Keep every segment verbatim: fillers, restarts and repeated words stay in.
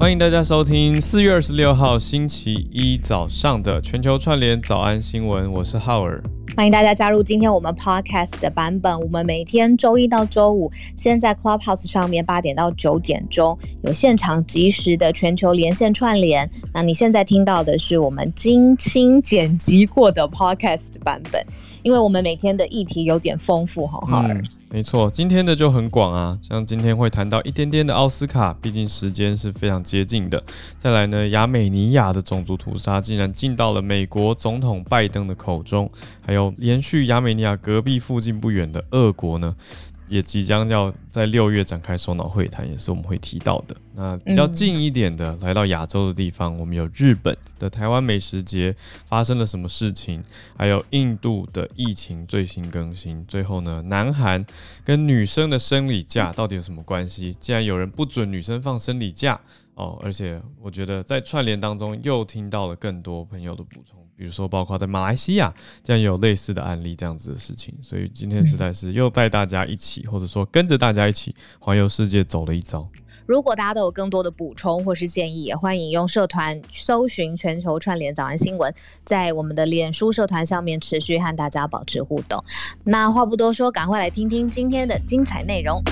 欢迎大家收听四月二十六号星期一早上的全球串联早安新闻，我是浩尔。 欢迎大家加入今天我们 Podcast 的版本，我们每天周一到周五先在 Clubhouse 上面八点到九点钟有现场即时的全球连线串联。那你现在听到的是我们精心剪辑过的 Podcast 版本，因为我们每天的议题有点丰富，好好、嗯、 没错，今天的就很广啊，像今天会谈到一点点的奥斯卡，毕竟时间是非常接近的。再来呢，亚美尼亚的种族屠杀竟然进到了美国总统拜登的口中，还有连续亚美尼亚隔壁附近不远的俄国呢，也即将要在六月展开首脑会谈，也是我们会提到的。那比较近一点的，嗯、来到亚洲的地方，我们有日本的台湾美食节发生了什么事情，还有印度的疫情最新更新。最后呢，南韩跟女生的生理假到底有什么关系？既然有人不准女生放生理假哦，而且我觉得在串联当中又听到了更多朋友的补充。比如说包括在马来西亚这样有类似的案例这样子的事情，所以今天实在是又带大家一起，或者说跟着大家一起环游世界走了一遭。 如果大家都有更多的补充或是建议，也欢迎用社团搜寻全球串联早安新闻，在我们的脸书社团上面持续和大家保持互动。那话不多说，赶快来听听今天的精彩内容。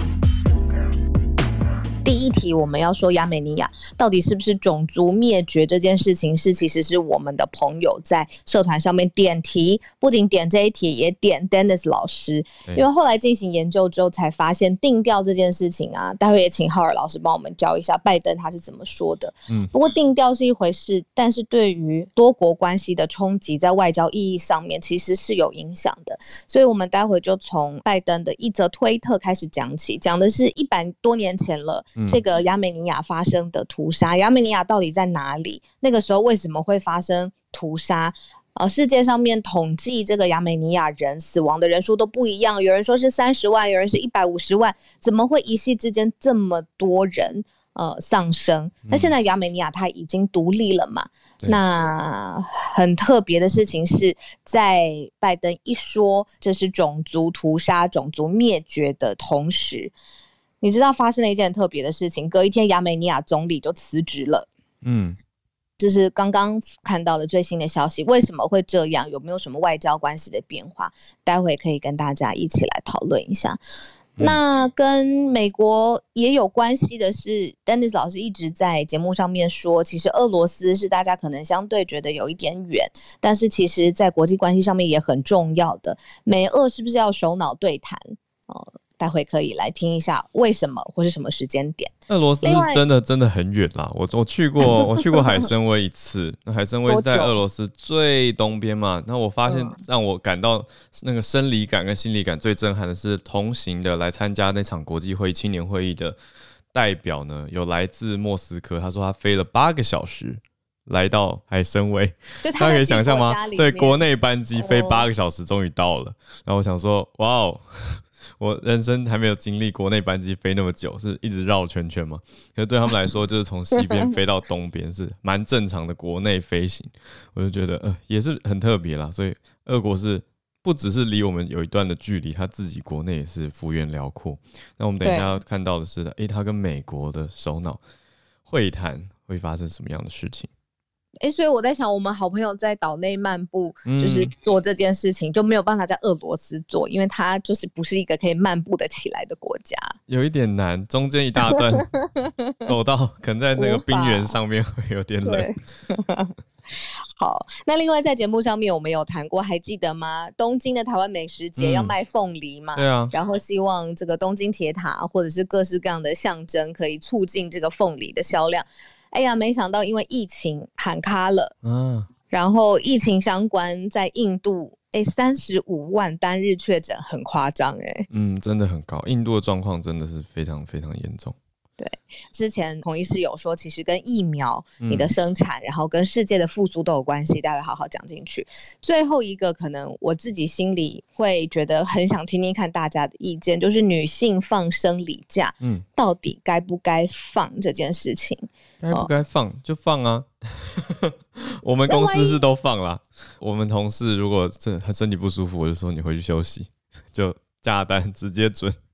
第一题，我们要说亚美尼亚到底是不是种族灭绝这件事情，是其实是我们的朋友在社团上面点题，不仅点这一题，也点 Dennis 老师，因为后来进行研究之后才发现定调这件事情啊，待会也请浩尔老师帮我们教一下拜登他是怎么说的。嗯，不过定调是一回事，但是对于多国关系的冲击，在外交意义上面其实是有影响的，所以我们待会就从拜登的一则推特开始讲起，讲的是一百多年前了。这个亚美尼亚发生的屠杀，亚美尼亚到底在哪里？那个时候为什么会发生屠杀？呃，世界上面统计这个亚美尼亚人死亡的人数都不一样，有人说是三十万，有人是一百五十万，怎么会一夕之间这么多人呃丧生？那现在亚美尼亚它已经独立了嘛？那很特别的事情是在拜登一说这是种族屠杀、种族灭绝的同时，你知道发生了一件很特别的事情，隔一天亚美尼亚总理就辞职了。嗯，这是刚刚看到的最新的消息。为什么会这样？有没有什么外交关系的变化？待会可以跟大家一起来讨论一下。嗯、那跟美国也有关系的是 Dennis 老师一直在节目上面说，其实俄罗斯是大家可能相对觉得有一点远，但是其实在国际关系上面也很重要的。美俄是不是要首脑对谈？哦，待会可以来听一下为什么或是什么时间点。 俄罗斯是真的真的很远啦，我我去过我去过海参崴一次，海参崴是在俄罗斯最东边嘛。那我发现让我感到那个生理感跟心理感最震撼的是，同行的来参加那场国际会议青年会议的代表呢，有来自莫斯科，他说他飞了八个小时来到海参崴，大家可以想象吗？对，国内班机飞八个小时终于到了，然后我想说，哇哦。我人生还没有经历国内班机飞那么久，是一直绕圈圈嘛？可是对他们来说，就是从西边飞到东边是蛮正常的国内飞行，我就觉得呃也是很特别啦。所以俄国是不只是离我们有一段的距离，他自己国内也是幅员辽阔。那我们等一下要看到的是，哎，他跟美国的首脑会谈会发生什么样的事情？ 欸，所以我在想，我们好朋友在岛内漫步，就是做这件事情，嗯、就没有办法在俄罗斯做，因为它就是不是一个可以漫步的起来的国家， 有一点难，中间一大段走到可能在那个冰原上面会有点冷。 好，那另外在节目上面我们有谈过，还记得吗？东京的台湾美食节要卖凤梨嘛、嗯？对啊，然后希望这个东京铁塔或者是各式各样的象征，可以促进这个凤梨的销量。哎呀，没想到因为疫情喊卡了，嗯，然后疫情相关在印度，哎，三十五万单日确诊，很夸张哎， 嗯，真的很高，印度的状况真的是非常非常严重。 对，之前孔医师有说，其实跟疫苗、你的生产，嗯、然后跟世界的复苏都有关系，待会好好讲进去。最后一个，可能我自己心里会觉得很想听听看大家的意见，就是女性放生理假，嗯，到底该不该放这件事情？ 该不该放、哦、就放啊！我们公司是都放啦。我们同事如果他身体不舒服，我就说你回去休息，就假单直接准。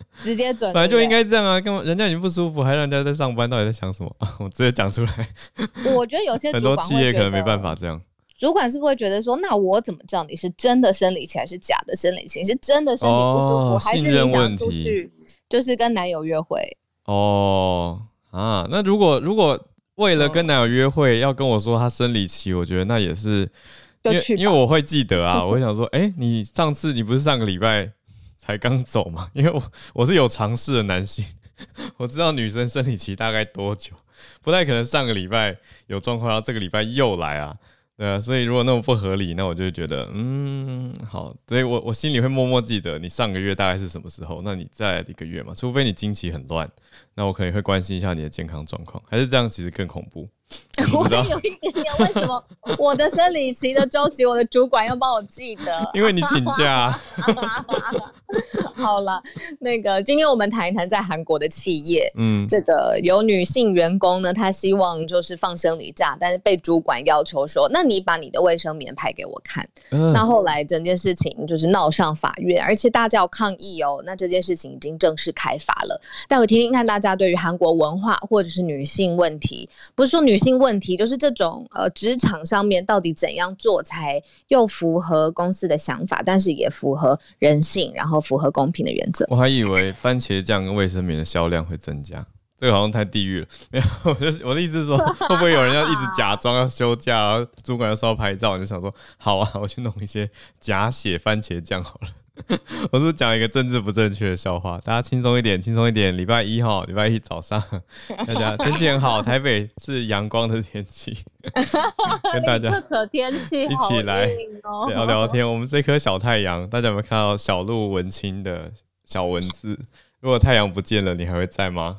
直接准， 本来就应该这样啊！干嘛人家已经不舒服，还让人家在上班，到底在想什么？我直接讲出来。 我觉得有些很多企业可能没办法这样。 主管是不是会觉得说，那我怎么知道你是真的生理期还是假的生理期？你是真的身体不舒服， 哦、 还是你想出去就是跟男友约会？ 哦啊，那如果如果为了跟男友约会、嗯、要跟我说他生理期，我觉得那也是，因为因为我会记得啊，我会想说，哎、欸，你上次你不是上个礼拜才刚走嘛？因为我我是有尝试的男性，我知道女生生理期大概多久，不太可能上个礼拜有状况，然后这个礼拜又来啊。对啊，所以如果那么不合理，那我就会觉得，嗯，好，所以我我心里会默默记得你上个月大概是什么时候，那你再来一个月嘛，除非你经期很乱，那我可能会关心一下你的健康状况，还是这样其实更恐怖。我, 我有一点点，为什么我的生理期的周期，我的主管要帮我记得？ 因为你请假、啊。 好了，那个今天我们谈一谈在韩国的企业， 嗯， 这个有女性员工呢，她希望就是放生理假，但是被主管要求说，那你把你的卫生棉拍给我看。嗯、那后来整件事情就是闹上法院，而且大家要抗议哦。那这件事情已经正式开罚了。待会听听看大家对于韩国文化或者是女性问题，不是说女性问题，就是这种呃职场上面到底怎样做才又符合公司的想法，但是也符合人性，然后符合公平的原则。 我还以为番茄酱跟卫生棉的销量会增加，这个好像太地狱了。没有，我, 就我的意思是说，会不会有人要一直假装要休假，然后主管要说要拍照，我就想说，好啊，我去弄一些假血番茄酱好了。我是不是讲一个政治不正确的笑话？大家轻松一点，轻松一点。礼拜一哈，礼拜一早上，大家天气很好，台北是阳光的天气，跟大家可天气一起来聊聊天。我们这颗小太阳，大家有没有看到小鹿文青的小文字？如果太阳不见了，你还会在吗？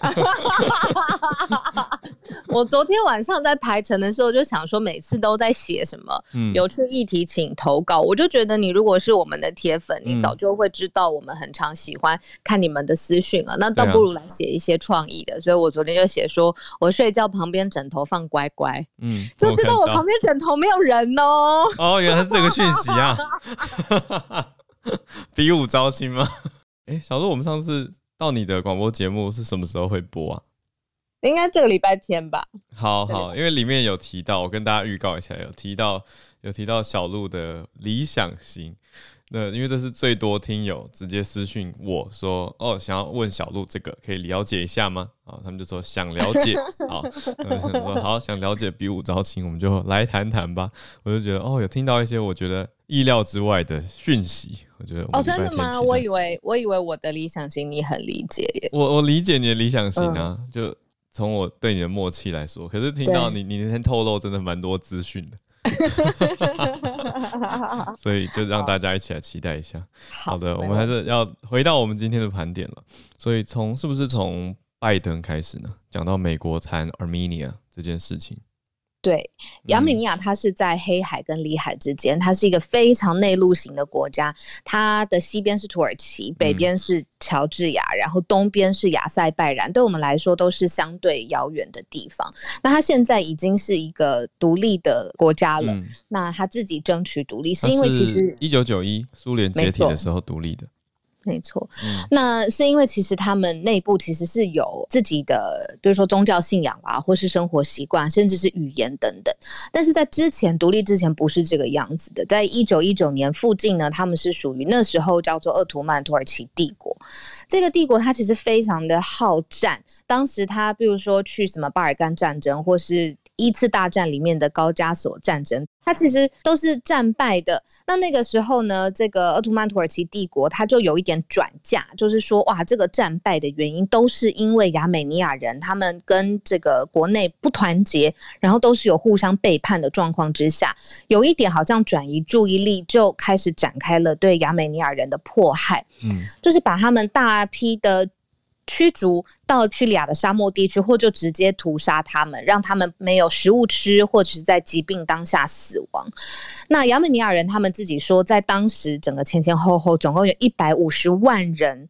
我昨天晚上在排程的时候就想说，每次都在写什么、嗯、有趣议题请投稿，我就觉得你如果是我们的铁粉、嗯、你早就会知道我们很常喜欢看你们的私讯了，那倒不如来写一些创意的、啊、所以我昨天就写说我睡觉旁边枕头放乖乖，嗯，就知道我旁边枕头没有人哦。 哦，原来是这个讯息啊。比武招亲吗？哎，小鹿，我们上次到你的广播节目是什么时候会播啊？ 应该这个礼拜天吧。 好好，因为里面有提到，我跟大家预告一下，有提到有提到小鹿的理想型。那因为这是最多听友直接私讯我说，哦，想要问小鹿这个，可以了解一下吗？啊，他们就说想了解。好，说好想了解比武招亲，我们就来谈谈吧。我就觉得哦，有听到一些我觉得意料之外的讯息。我觉得哦，真的吗？我以为我以为我的理想型你很理解耶。 我我理解你的理想型啊，嗯、就从我对你的默契来说，可是听到你你那天透露真的蛮多资讯的。所以就让大家一起来期待一下。好, 好的，我们还是要回到我们今天的盘点了。所以从是不是从拜登开始呢？讲到美国谈 Armenia 这件事情。 对，亚美尼亚它是在黑海跟里海之间，它是一个非常内陆型的国家。它的西边是土耳其，北边是乔治亚，然后东边是亚塞拜然，对我们来说都是相对遥远的地方。那它现在已经是一个独立的国家了，嗯、那它自己争取独立，是因为其实一九九一苏联解体的时候独立的。 没错、嗯，那是因为其实他们内部其实是有自己的，比如说宗教信仰啊，或是生活习惯，甚至是语言等等。但是在之前独立之前不是这个样子的，在一九一九年附近呢，他们是属于那时候叫做鄂图曼土耳其帝国。这个帝国它其实非常的好战，当时他比如说去什么巴尔干战争，或是一次大战里面的高加索战争，它其实都是战败的。那那个时候呢，这个鄂图曼土耳其帝国它就有一点转嫁，就是说哇，这个战败的原因都是因为亚美尼亚人他们跟这个国内不团结，然后都是有互相背叛的状况之下，有一点好像转移注意力，就开始展开了对亚美尼亚人的迫害，嗯，就是把他们大批的驱逐到叙利亚的沙漠地区，或就直接屠杀他们，让他们没有食物吃，或者是在疾病当下死亡。那亚美尼亚人他们自己说，在当时整个前前后后总共有一百五十万人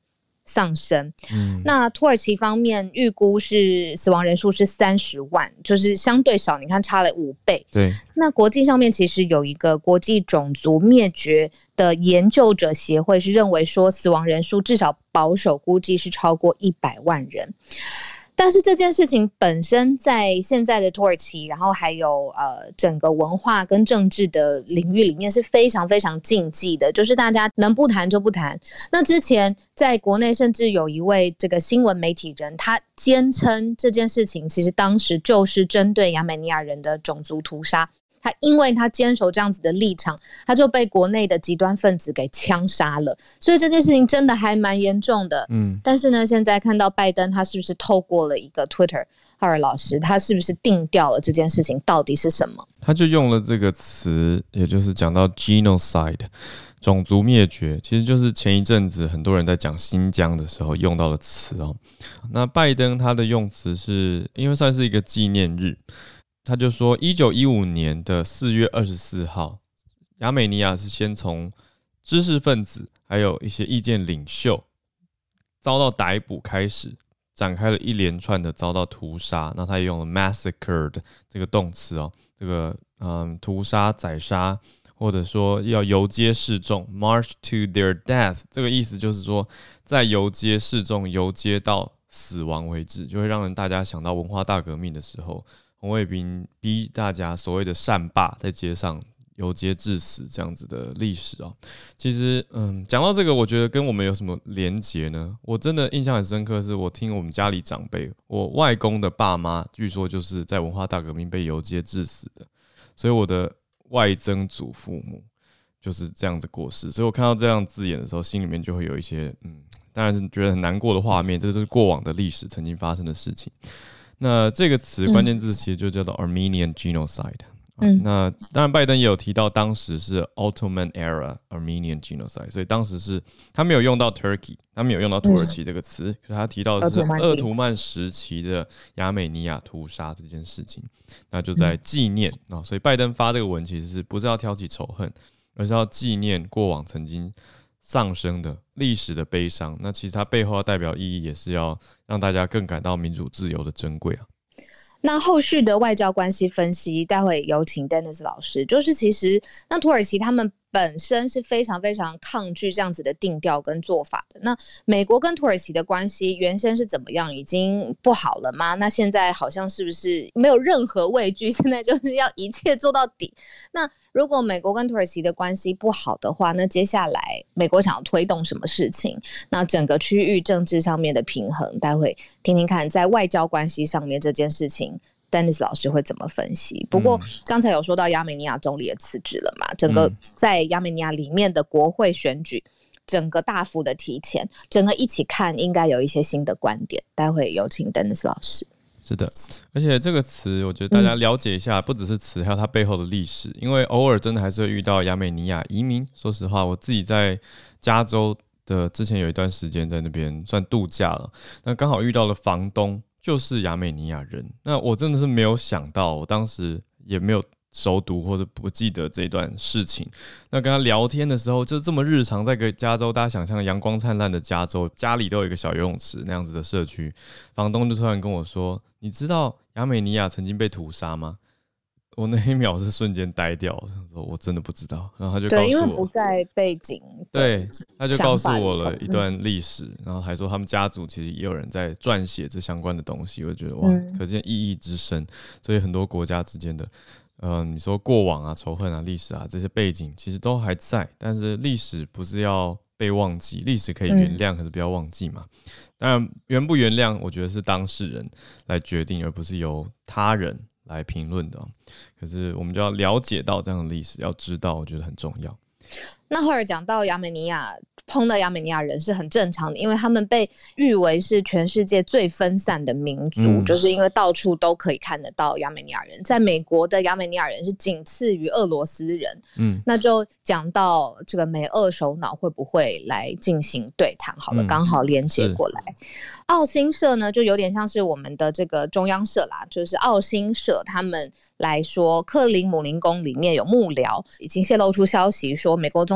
丧生。嗯，那土耳其方面预估是死亡人数是三十万，就是相对少，你看差了五倍。 对， 那国际上面其实有一个国际种族灭绝的研究者协会是认为说死亡人数至少保守估计是超过一百万人。但是这件事情本身在现在的土耳其，然后还有呃整个文化跟政治的领域里面是非常非常禁忌的，就是大家能不谈就不谈。那之前在国内甚至有一位这个新闻媒体人，他坚称这件事情其实当时就是针对亚美尼亚人的种族屠杀。他因为他坚守这样子的立场，他就被国内的极端分子给枪杀了，所以这件事情真的还蛮严重的。嗯，但是呢，现在看到拜登他是不是透过了一个 Twitter， 浩尔老师他是不是定调了这件事情到底是什么？ 他就用了这个词，也就是讲到 genocide 种族灭绝，其实就是前一阵子很多人在讲新疆的时候用到的词哦。那拜登他的用词是因为算是一个纪念日，他就说一九一五年的四月二十四号，亚美尼亚是先从知识分子还有一些意见领袖遭到逮捕开始，展开了一连串的遭到屠杀。那他也用了 massacred 这个动词哦，这个嗯屠杀宰杀，或者说要游街示众 march to their death， 这个意思就是说在游街示众，游街到死亡为止，就会让人大家想到文化大革命的时候，红卫兵逼大家所谓的善罢，在街上游街致死这样子的历史哦。其实，嗯，讲到这个，我觉得跟我们有什么连结呢？我真的印象很深刻，是我听我们家里长辈，我外公的爸妈，据说就是在文化大革命被游街致死的，所以我的外曾祖父母就是这样子过世。所以我看到这样字眼的时候，心里面就会有一些，嗯，当然是觉得很难过的画面，这是过往的历史曾经发生的事情。那这个词关键字其实就叫做 Armenian Genocide。嗯，那当然拜登也有提到当时是 Ottoman Era Armenian Genocide， 所以当时是他没有用到 Turkey， 他没有用到土耳其这个词，可是他提到的是鄂图曼时期的亚美尼亚屠杀这件事情，那就在纪念、哦、所以拜登发这个文其实是不是要挑起仇恨，而是要纪念过往曾经丧生的历史的悲伤。那其实它背后要代表意义也是要让大家更感到民主自由的珍贵啊。 那后续的外交关系分析，待会有请 Dennis 老师。就是其实那土耳其他们本身是非常非常抗拒这样子的定调跟做法的。那美国跟土耳其的关系原先是怎么样？已经不好了吗？那现在好像是不是没有任何畏惧？现在就是要一切做到底。那如果美国跟土耳其的关系不好的话，那接下来美国想要推动什么事情？那整个区域政治上面的平衡，待会听听看，在外交关系上面这件事情Dennis 老师会怎么分析？不过刚才有说到亚美尼亚总理的辞职了嘛，整个在亚美尼亚里面的国会选举整个大幅的提前，整个一起看应该有一些新的观点，待会有请 Dennis 老师。 是的，而且这个词我觉得大家了解一下、嗯、不只是词，还有它背后的历史，因为偶尔真的还是会遇到亚美尼亚移民。说实话，我自己在加州的之前有一段时间在那边算度假了，那刚好遇到了房东就是亚美尼亚人，那我真的是没有想到，我当时也没有熟读或者不记得这段事情。那跟他聊天的时候，就这么日常，在个加州，大家想象阳光灿烂的加州，家里都有一个小游泳池那样子的社区，房东就突然跟我说：“你知道亚美尼亚曾经被屠杀吗？”我那一秒是瞬间呆掉，我说我真的不知道。然后他就告诉我， 对，因为不在背景， 对，他就告诉我了一段历史，嗯、然后还说他们家族其实也有人在撰写这相关的东西。我觉得哇，可见意义之深。所以很多国家之间的，呃，你说过往啊、仇恨啊、历史啊这些背景，其实都还在。但是历史不是要被忘记，历史可以原谅，可是不要忘记嘛。当然，原不原谅，我觉得是当事人来决定，而不是由他人来评论的。可是我们就要了解到这样的历史，要知道，我觉得很重要。 那后来讲到亚美尼亚，碰到亚美尼亚人是很正常的，因为他们被誉为是全世界最分散的民族、嗯、就是因为到处都可以看得到亚美尼亚人。在美国的亚美尼亚人是仅次于俄罗斯人。嗯，那就讲到这个美俄首脑会不会来进行对谈好了，刚、嗯、好连接过来。澳新社呢，就有点像是我们的这个中央社啦，就是澳新社他们来说，克林姆林宫里面有幕僚已经泄露出消息说，美国总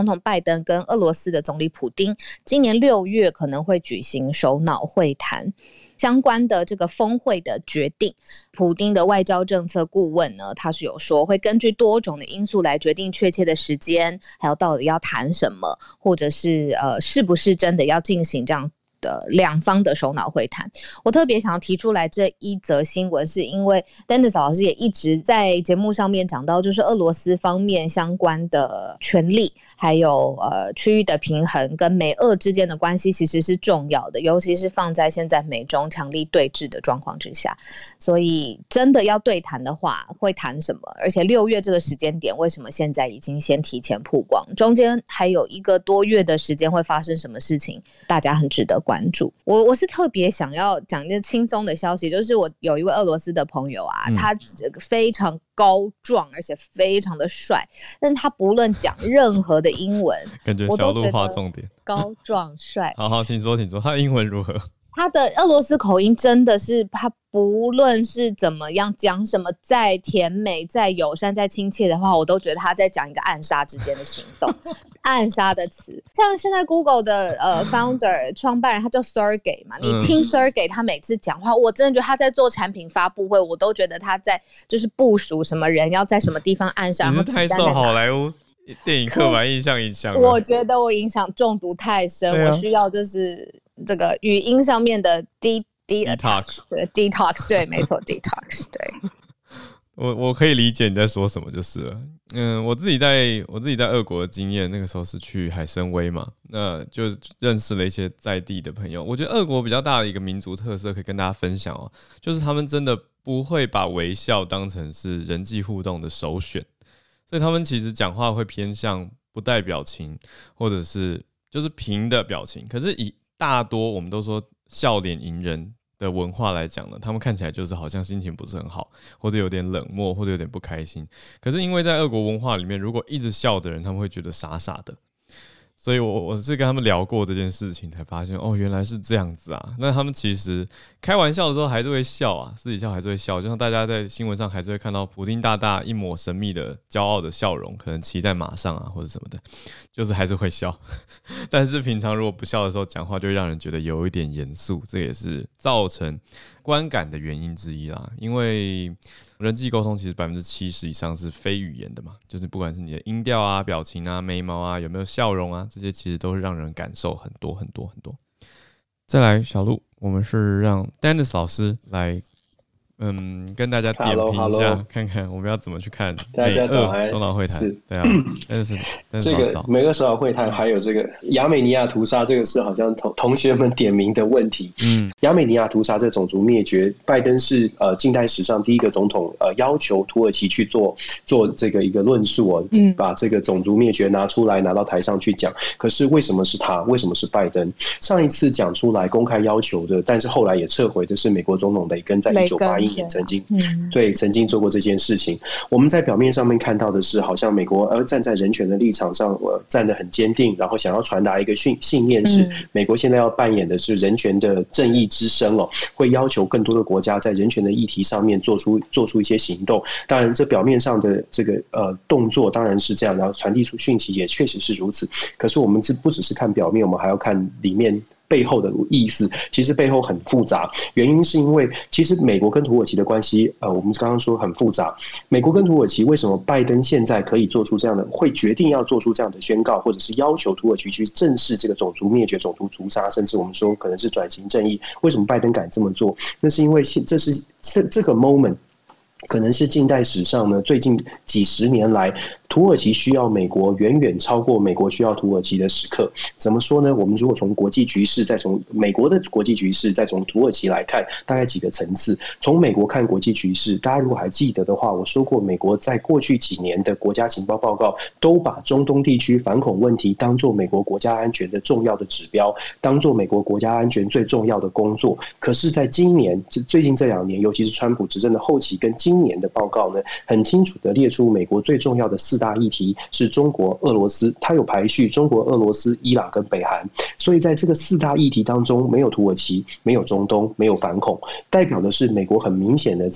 总统拜登跟俄罗斯的总理普丁今年六月可能会举行首脑会谈。相关的这个峰会的决定，普丁的外交政策顾问呢，他是有说会根据多种的因素来决定确切的时间，还有到底要谈什么，或者是呃是不是真的要进行这样的两方的首脑会谈。我特别想要提出来这一则新闻，是因为 Dennis 老师也一直在节目上面讲到，就是俄罗斯方面相关的权力，还有呃区域的平衡跟美俄之间的关系其实是重要的，尤其是放在现在美中强力对峙的状况之下。所以真的要对谈的话，会谈什么？而且六月这个时间点，为什么现在已经先提前曝光？中间还有一个多月的时间会发生什么事情？大家很值得关注。我我是特别想要讲一个轻松的消息，就是我有一位俄罗斯的朋友啊，嗯、他非常高壮，而且非常的帅，但他不论讲任何的英文， 感觉小鹿划重点， 高壮帅。 好好，请说，请说，他的英文如何？ 他的俄罗斯口音真的是，他不论是怎么样讲什么，再甜美、再友善、再亲切的话，我都觉得他在讲一个暗杀之间的行动。暗杀的词，像现在 Google 的呃 founder 创办人，他叫 Sergey 嘛，你听 Sergey 他每次讲话，我真的觉得他在做产品发布会，我都觉得他在就是部署什么人要在什么地方暗杀。 你是太受好莱坞电影刻板印象影响了。 我觉得我影响中毒太深，啊、我需要就是这个语音上面的 de detox， 对 detox， 对，没错 detox， 对。 我我可以理解你在说什么就是了。嗯，我自己在我自己在俄国的经验，那个时候是去海参崴嘛，那就认识了一些在地的朋友。我觉得俄国比较大的一个民族特色可以跟大家分享哦，就是他们真的不会把微笑当成是人际互动的首选，所以他们其实讲话会偏向不带表情，或者是就是平的表情。可是以大多我们都说笑脸迎人的文化来讲呢，他们看起来就是好像心情不是很好，或者有点冷漠，或者有点不开心。可是因为在俄国文化里面，如果一直笑的人，他们会觉得傻傻的。所以我我是跟他们聊过这件事情，才发现哦，原来是这样子啊。那他们其实开玩笑的时候还是会笑啊，私底下还是会笑，就像大家在新闻上还是会看到普丁大大一抹神秘的骄傲的笑容，可能骑在马上啊或者什么的，就是还是会笑。但是平常如果不笑的时候讲话，就会让人觉得有一点严肃，这也是造成观感的原因之一啦。因为人际沟通其实 百分之七十 以上是非语言的嘛，就是不管是你的音调啊、表情啊、眉毛啊、有没有笑容啊，这些其实都会让人感受很多很多很多。再来，小鹿，我们是让 Dennis 老师来，嗯，跟大家点评一下 hello, hello 看看我们要怎么去看大家早美俄首脑会谈。对啊，Dennis， 这个美俄首脑会谈还有这个亚美尼亚屠杀，这个是好像同同学们点名的问题。嗯，亚美尼亚屠杀这种族灭绝，拜登是呃近代史上第一个总统呃要求土耳其去做做这个一个论述哦，嗯，把这个种族灭绝拿出来拿到台上去讲。可是为什么是他？为什么是拜登？上一次讲出来公开要求的，但是后来也撤回的是美国总统雷根，在一九八一年曾经、嗯、对曾经做过这件事情。我们在表面上面看到的是，好像美国呃站在人权的立场上，呃站得很坚定，然后想要传达一个信信念是，美国现在要扮演的是人权的正义之声哦，会要求更多的国家在人权的议题上面做出做出一些行动。当然，这表面上的这个呃动作当然是这样，然后传递出讯息也确实是如此。可是我们不只是看表面，我们还要看里面背后的意思，其实背后很复杂。原因是因为其实美国跟土耳其的关系，呃，我们刚刚说很复杂。美国跟土耳其为什么拜登现在可以做出这样的，会决定要做出这样的宣告，或者是要求土耳其去正视这个种族灭绝、种族屠杀，甚至我们说可能是转型正义？为什么拜登敢这么做？那是因为这是这这个 moment。可能是近代史上呢，最近几十年来，土耳其需要美国远远超过美国需要土耳其的时刻。怎么说呢？我们如果从国际局势，再从美国的国际局势，再从土耳其来看，大概几个层次。从美国看国际局势，大家如果还记得的话，我说过，美国在过去几年的国家情报报告，都把中东地区反恐问题当作美国国家安全的重要的指标，当作美国国家安全最重要的工作。可是，在今年最近这两年，尤其是川普执政的后期跟今今年的报告呢，很清楚的列出美国最重要的四大议题是中国、俄罗斯，它有排序中国、俄罗斯、伊朗跟北韩。所以在这个四大议题当中，没有土耳其，没有中东，没有反恐，代表的是美国很明显的在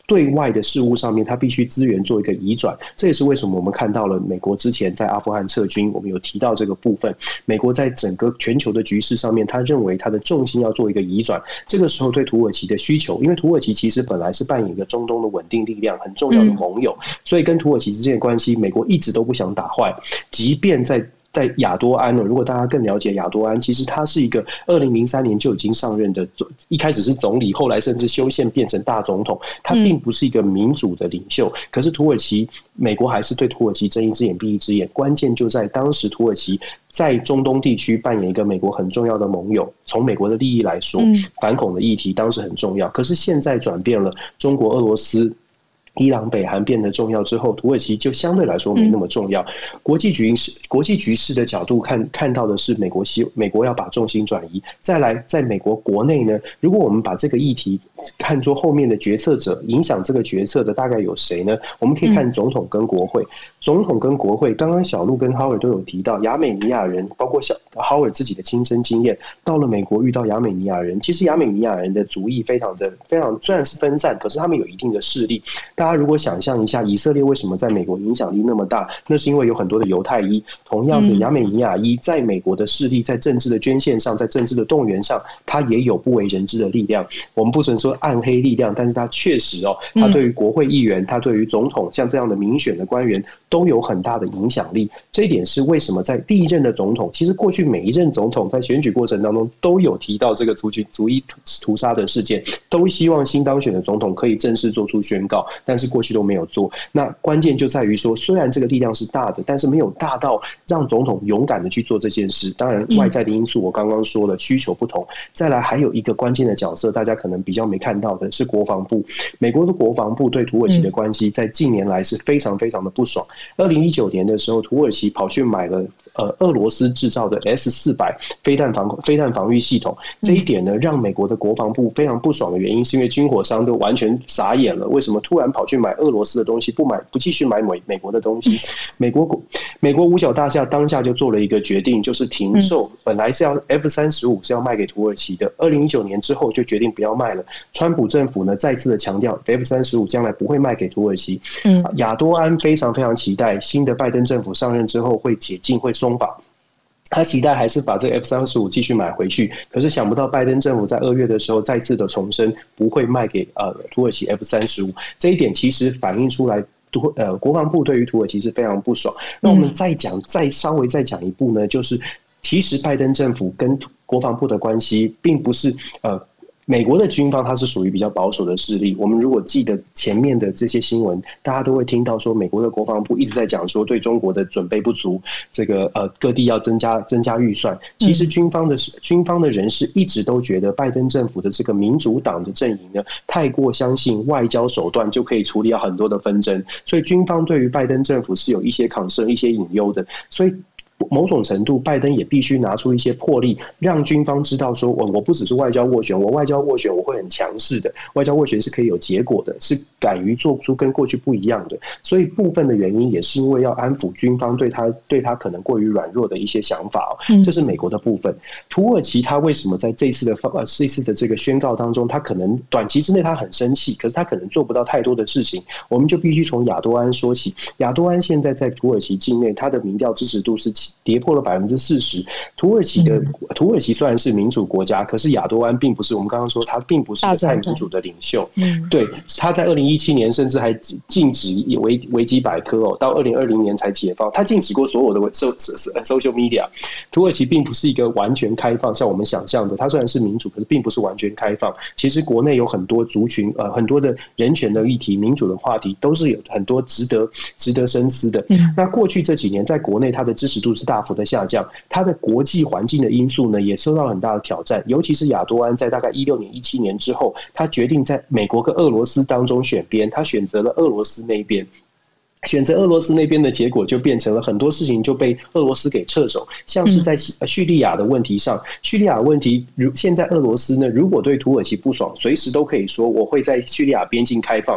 对外的事务上面，它必须资源做一个移转。这也是为什么我们看到了美国之前在阿富汗撤军，我们有提到这个部分。美国在整个全球的局势上面，他认为他的重心要做一个移转。这个时候对土耳其的需求，因为土耳其其实本来是扮演一个中东的稳定力量很重要的盟友，所以跟土耳其之间的关系，美国一直都不想打坏，即便在。在亚多安呢，如果大家更了解亚多安，其实他是一个二零零三年就已经上任的，一开始是总理，后来甚至修宪变成大总统。他并不是一个民主的领袖，可是土耳其，美国还是对土耳其睁一只眼闭一只眼。关键就在当时土耳其在中东地区扮演一个美国很重要的盟友。从美国的利益来说，反恐的议题当时很重要。可是现在转变了，中国、俄罗斯。伊朗、北韩变得重要之后，土耳其就相对来说没那么重要。国际局势、国际局势的角度看，看到的是美国希美国要把重心转移。再来，在美国国内呢，如果我们把这个议题看作后面的决策者，影响这个决策的大概有谁呢？我们可以看总统跟国会。总统跟国会，刚刚小鹿跟 Howard 都有提到，亚美尼亚人，包括小 Howard 自己的亲身经验，到了美国遇到亚美尼亚人，其实亚美尼亚人的族裔非常的非常，虽然是分散，可是他们有一定的势力。大家如果想象一下，以色列为什么在美国影响力那么大？那是因为有很多的犹太裔，同样的亚美尼亚裔在美国的势力，在政治的捐献上，在政治的动员上，他也有不为人知的力量。我们不能说暗黑力量，但是他确实哦，他对于国会议员，他对于总统像这样的民选的官员都有很大的影响力。这一点是为什么在第一任的总统，其实过去每一任总统在选举过程当中都有提到这个族群族裔屠杀的事件，都希望新当选的总统可以正式做出宣告，但是过去都没有做。那关键就在于说，虽然这个力量是大的，但是没有大到让总统勇敢的去做这件事。当然外在的因素我刚刚说了，需求不同。再来还有一个关键的角色，大家可能比较没看到的是国防部。美国的国防部对土耳其的关系在近年来是非常非常的不爽。二零一九年的时候，土耳其跑去买了呃俄罗斯制造的 S 四百 飞弹防飞弹防御系统。这一点呢，让美国的国防部非常不爽的原因，是因为军火商都完全傻眼了，为什么突然跑去买俄罗斯的东西，不买不继续买美美国的东西？美国美国五角大厦当下就做了一个决定，就是停售。本来是要 F 三十五 是要卖给土耳其的，二零一九年之后就决定不要卖了。川普政府呢再次的强调 F 三十五 将来不会卖给土耳其。嗯，亚多安非常非常期待新的拜登政府上任之后会解禁会松绑。他期待还是把这个 F 三十五 继续买回去，可是想不到拜登政府在二月的时候再次的重申不会卖给呃土耳其 F 三十五，这一点其实反映出来土呃国防部对于土耳其是非常不爽。那我们再讲再稍微再讲一步呢，就是其实拜登政府跟国防部的关系并不是呃。美国的军方它是属于比较保守的势力，我们如果记得前面的这些新闻，大家都会听到说美国的国防部一直在讲说对中国的准备不足，这个呃各地要增加增加预算。其实军方的军方的人士一直都觉得拜登政府的这个民主党的阵营呢，太过相信外交手段就可以处理掉很多的纷争，所以军方对于拜登政府是有一些 concern 一些隐忧的，所以某种程度，拜登也必须拿出一些魄力，让军方知道说，我我不只是外交斡旋，我外交斡旋我会很强势的，外交斡旋是可以有结果的，是敢于做出跟过去不一样的。所以部分的原因也是因为要安抚军方对他对他可能过于软弱的一些想法，这是美国的部分。土耳其他为什么在这次的呃这次的这个宣告当中，他可能短期之内他很生气，可是他可能做不到太多的事情。我们就必须从亚多安说起。亚多安现在在土耳其境内，他的民调支持度是跌破了百分之四十。土耳其的土耳其虽然是民主国家，可是亚多安并不是我们刚刚说他并不是一个太民主的领袖。嗯，对，他在二零一七年甚至还禁止维维基百科哦，到二零二零年才解放。他禁止过所有的 social media。土耳其并不是一个完全开放，像我们想象的，它虽然是民主，可是并不是完全开放。其实国内有很多族群呃很多的人权的议题、民主的话题，都是有很多值得值得深思的。嗯，那过去这几年在国内它的支持度是大幅的下降，它的国际环境的因素呢也受到很大的挑战，尤其是亚多安在大概一六年、一七年之后，他决定在美国跟俄罗斯当中选边，他选择了俄罗斯那边。选择俄罗斯那边的结果就变成了很多事情就被俄罗斯给撤手，像是在叙利亚的问题上，叙利亚问题如现在俄罗斯呢，如果对土耳其不爽，随时都可以说我会在叙利亚边境开放。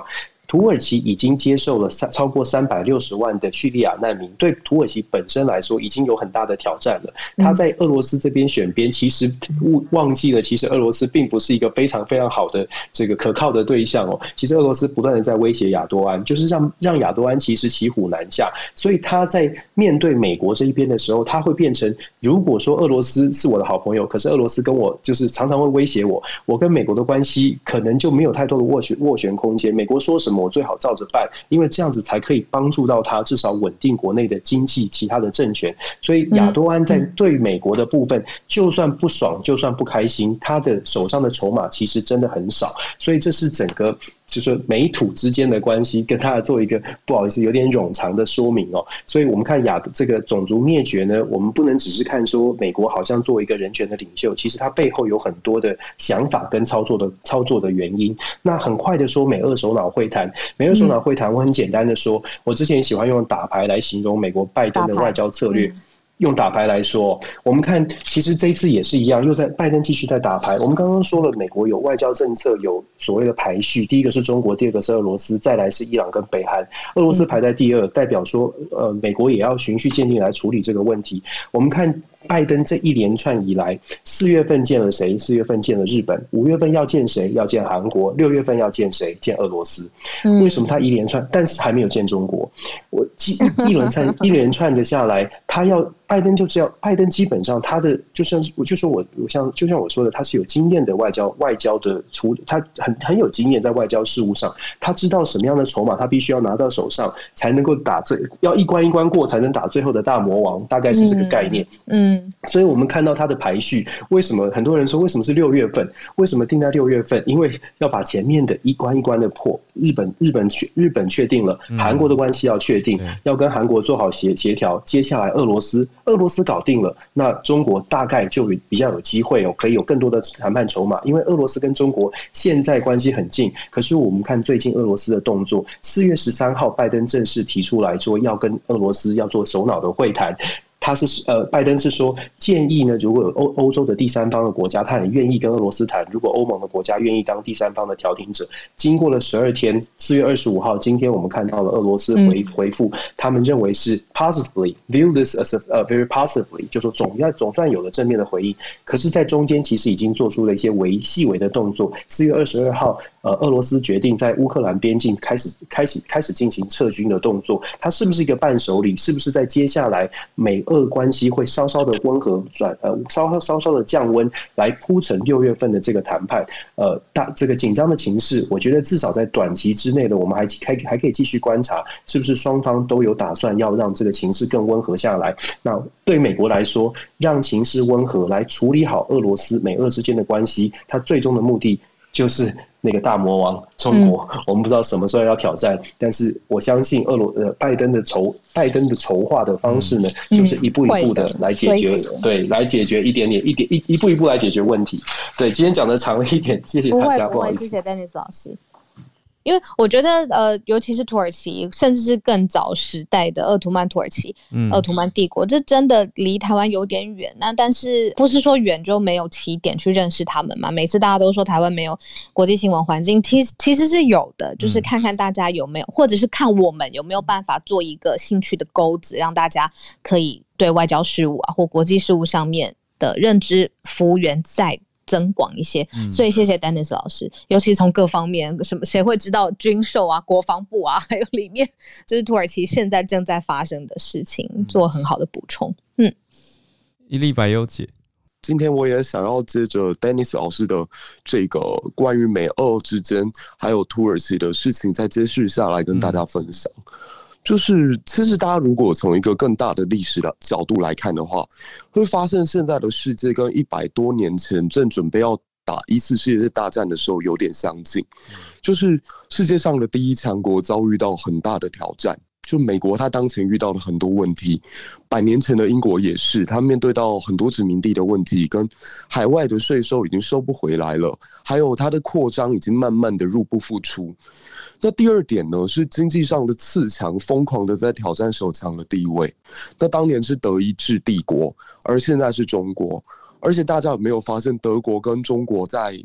土耳其已经接受了超过三百六十万的叙利亚难民，对土耳其本身来说已经有很大的挑战了。他在俄罗斯这边选边，其实忘记了，其实俄罗斯并不是一个非常非常好的这个可靠的对象哦。其实俄罗斯不断的在威胁亚多安，就是让让亚多安其实骑虎难下。所以他在面对美国这一边的时候，他会变成，如果说俄罗斯是我的好朋友，可是俄罗斯跟我就是常常会威胁我，我跟美国的关系可能就没有太多的斡旋斡旋空间。美国说什么我最好照着办，因为这样子才可以帮助到他，至少稳定国内的经济，其他的政权。所以亚多安在对美国的部分，就算不爽，就算不开心，他的手上的筹码其实真的很少。所以这是整个就是美土之间的关系，跟他做一个不好意思有点冗长的说明哦。所以我们看亚这个种族灭绝呢，我们不能只是看说美国好像作为一个人权的领袖，其实他背后有很多的想法跟操作的操作的原因。那很快的说美俄首脑会谈，美俄首脑会谈，我很简单的说，我之前喜欢用打牌来形容美国拜登的外交策略。用打牌来说，我们看，其实这一次也是一样，又在拜登继续在打牌。我们刚刚说了，美国有外交政策，有所谓的排序，第一个是中国，第二个是俄罗斯，再来是伊朗跟北韩。俄罗斯排在第二，代表说，呃，美国也要循序渐进来处理这个问题。我们看拜登这一连串以来，四月份见了谁？四月份见了日本，五月份要见谁？要见韩国，六月份要见谁？见俄罗斯。为什么他一连串，但是还没有见中国？我一连串一连串的下来，他要。拜登就知道，拜登基本上他的就像我就说我我像就像我说的，他是有经验的外交外交的处理，他很很有经验在外交事务上，他知道什么样的筹码他必须要拿到手上，才能够打最要一关一关过，才能打最后的大魔王，大概是这个概念。嗯，嗯所以我们看到他的排序，为什么很多人说为什么是六月份？为什么定在六月份？因为要把前面的一关一关的破。日本日本确日本确定了，韩国的关系要确定，嗯、要跟韩国做好协协调。接下来俄罗斯。俄罗斯搞定了，那中国大概就比较有机会哦，可以有更多的谈判筹码。因为俄罗斯跟中国现在关系很近，可是我们看最近俄罗斯的动作，四月十三号拜登正式提出来说要跟俄罗斯要做首脑的会谈。他是呃，拜登是说建议呢，如果有欧欧洲的第三方的国家，他很愿意跟俄罗斯谈。如果欧盟的国家愿意当第三方的调停者，经过了十二天，四月二十五号，今天我们看到了俄罗斯回回复，他们认为是 positively view this as a very positively， 就说总要总算有了正面的回应。可是，在中间其实已经做出了一些微细微的动作。四月二十二号，呃，俄罗斯决定在乌克兰边境开始开始开始进行撤军的动作。它是不是一个伴手礼？是不是在接下来美俄关系会稍稍的温和转呃稍稍稍的降温，来铺成六月份的这个谈判？呃，大这个紧张的情势，我觉得至少在短期之内的，我们还还还可以继续观察，是不是双方都有打算要让这个情势更温和下来？那对美国来说，让情势温和来处理好俄罗斯美俄之间的关系，它最终的目的就是那个大魔王中国，嗯、我们不知道什么时候要挑战，但是我相信俄罗呃拜登的筹拜登的筹划的方式呢，嗯、就是一步一步的来解决，对，来解决一点点一点一一步一步来解决问题。对，今天讲的长了一点，谢谢大家， 不会不会，谢谢 Dennis 老师。因为我觉得，呃，尤其是土耳其，甚至是更早时代的鄂图曼土耳其、嗯、鄂图曼帝国，这真的离台湾有点远。那但是不是说远就没有起点去认识他们嘛？每次大家都说台湾没有国际新闻环境，其实其实是有的，就是看看大家有没有，或者是看我们有没有办法做一个兴趣的钩子，让大家可以对外交事务啊或国际事务上面的认知幅员再增广一些，所以谢谢 Dennis 老师，尤其从各方面，什么谁会知道军售啊、国防部啊，还有里面就是土耳其现在正在发生的事情，做很好的补充。嗯， 一粒百优解， 今天我也想要接着 Dennis 老师的这个关于美俄之间还有土耳其的事情，再接续下来跟大家分享。嗯就是其实大家如果从一个更大的历史的角度来看的话，会发现现在的世界跟一百多年前正准备要打一次世界大战的时候有点相近，就是世界上的第一强国遭遇到很大的挑战。就美国他当前遇到了很多问题，百年前的英国也是，他面对到很多殖民地的问题，跟海外的税收已经收不回来了，还有它的扩张已经慢慢的入不敷出。那第二点呢，是经济上的次强疯狂的在挑战首强的地位。那当年是德意志帝国，而现在是中国。而且大家有没有发现，德国跟中国在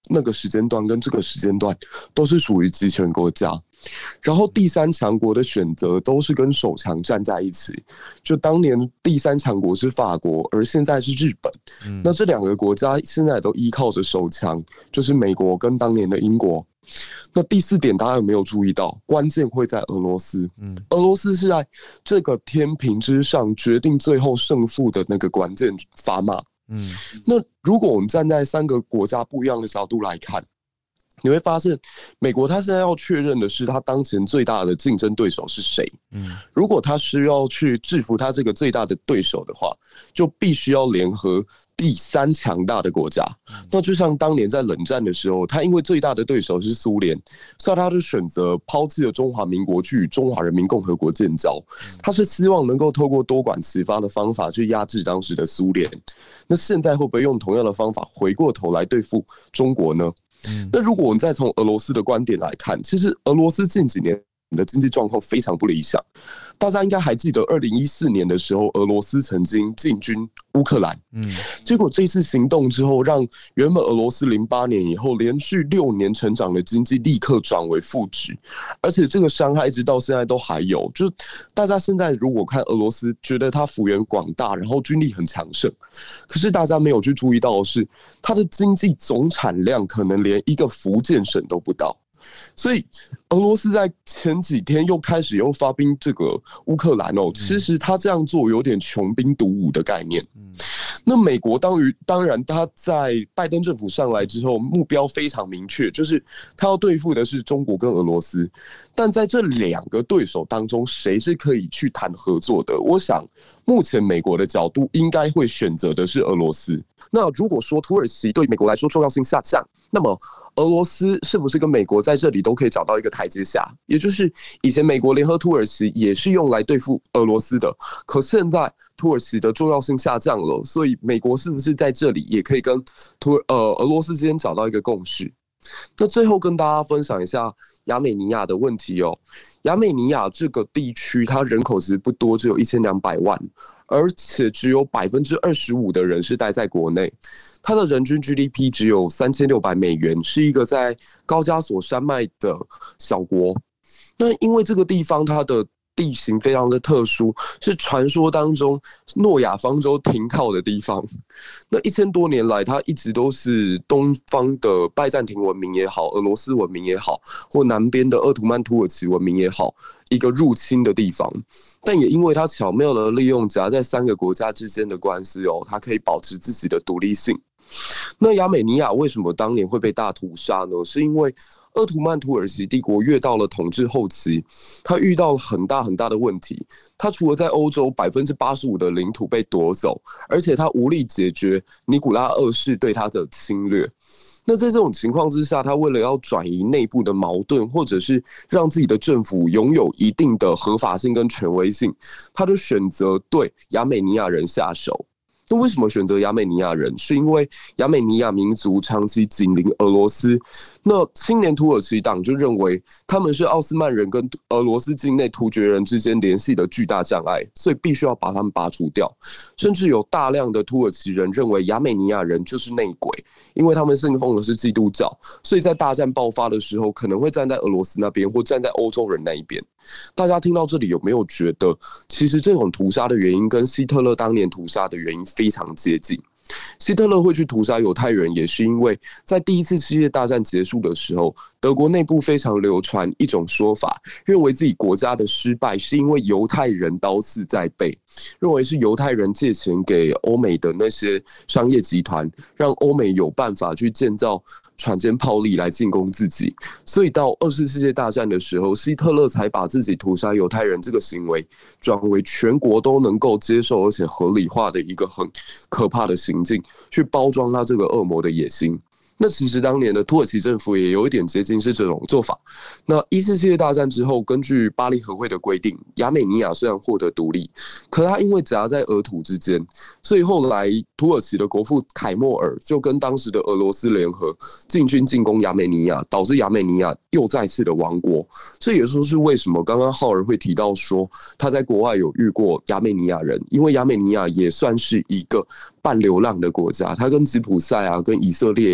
那个时间段跟这个时间段都是属于集权国家。然后第三强国的选择都是跟首强站在一起，就当年第三强国是法国，而现在是日本。嗯、那这两个国家现在都依靠着首强，就是美国跟当年的英国。那第四点，大家有没有注意到？关键会在俄罗斯。嗯，俄罗斯是在这个天平之上决定最后胜负的那个关键砝码。嗯，那如果我们站在三个国家不一样的角度来看，你会发现，美国他现在要确认的是，他当前最大的竞争对手是谁。嗯，如果他需要去制服他这个最大的对手的话，就必须要联合第三强大的国家。那就像当年在冷战的时候，他因为最大的对手是苏联，所以他就选择抛弃了中华民国，去与中华人民共和国建交。他是希望能够透过多管齐发的方法去压制当时的苏联。那现在会不会用同样的方法回过头来对付中国呢？嗯、那如果我们再从俄罗斯的观点来看，其实俄罗斯近几年的经济状况非常不理想。大家应该还记得，二零一四年的时候，俄罗斯曾经进军乌克兰，嗯，结果这次行动之后，让原本俄罗斯零八年以后连续六年成长的经济立刻转为负值，而且这个伤害一直到现在都还有。就是大家现在如果看俄罗斯，觉得它幅员广大，然后军力很强盛，可是大家没有去注意到的是，它的经济总产量可能连一个福建省都不到。所以俄罗斯在前几天又开始又发兵这个乌克兰哦，其实他这样做有点穷兵黩武的概念。那美国当于当然他在拜登政府上来之后，目标非常明确，就是他要对付的是中国跟俄罗斯。但在这两个对手当中，谁是可以去谈合作的？我想目前美国的角度应该会选择的是俄罗斯。那如果说土耳其对美国来说重要性下降，那么俄罗斯是不是跟美国在这里都可以找到一个台阶下？也就是以前美国联合土耳其也是用来对付俄罗斯的，可现在土耳其的重要性下降了，所以美国是不是在这里也可以跟土呃俄罗斯之间找到一个共识？那最后跟大家分享一下亚美尼亚的问题哦。亚美尼亚这个地区，它人口其实不多，只有一千两百万，而且只有百分之二十五的人是待在国内。它的人均 G D P 只有三千六百美元，是一个在高加索山脉的小国。那因为这个地方它的地形非常的特殊，是传说当中诺亚方舟停靠的地方。那一千多年来，它一直都是东方的拜占庭文明也好，俄罗斯文明也好，或南边的鄂图曼土耳其文明也好，一个入侵的地方。但也因为它巧妙的利用夹在三个国家之间的关系哦，它可以保持自己的独立性。那亚美尼亚为什么当年会被大屠杀呢？是因为鄂图曼土耳其帝国越到了统治后期，它遇到了很大很大的问题。它除了在欧洲 百分之八十五 的领土被夺走，而且它无力解决尼古拉二世对它的侵略。那在这种情况之下，他为了要转移内部的矛盾，或者是让自己的政府拥有一定的合法性跟权威性，他就选择对亚美尼亚人下手。那为什么选择亚美尼亚人？是因为亚美尼亚民族长期紧邻俄罗斯，那青年土耳其党就认为他们是奥斯曼人跟俄罗斯境内突厥人之间联系的巨大障碍，所以必须要把他们拔除掉。甚至有大量的土耳其人认为亚美尼亚人就是内鬼，因为他们信奉的是基督教，所以在大战爆发的时候可能会站在俄罗斯那边，或站在欧洲人那一边。大家听到这里有没有觉得，其实这种屠杀的原因跟希特勒当年屠杀的原因非常接近？希特勒会去屠杀犹太人，也是因为在第一次世界大战结束的时候，德国内部非常流传一种说法，认为自己国家的失败是因为犹太人刀刺在背，认为是犹太人借钱给欧美的那些商业集团，让欧美有办法去建造船坚炮利来进攻自己。所以到二次世界大战的时候，希特勒才把自己屠杀犹太人这个行为转为全国都能够接受而且合理化的一个很可怕的行径，去包装他这个恶魔的野心。那其实当年的土耳其政府也有一点接近是这种做法。那一次世界大战之后，根据巴黎和会的规定，亚美尼亚虽然获得独立，可它因为夹在俄土之间，所以后来土耳其的国父凯末尔就跟当时的俄罗斯联合进军进攻亚美尼亚，导致亚美尼亚又再次的亡国。这也说是为什么刚刚浩儿会提到说他在国外有遇过亚美尼亚人，因为亚美尼亚也算是一个半流浪的国家，它跟吉普赛啊、跟以色列啊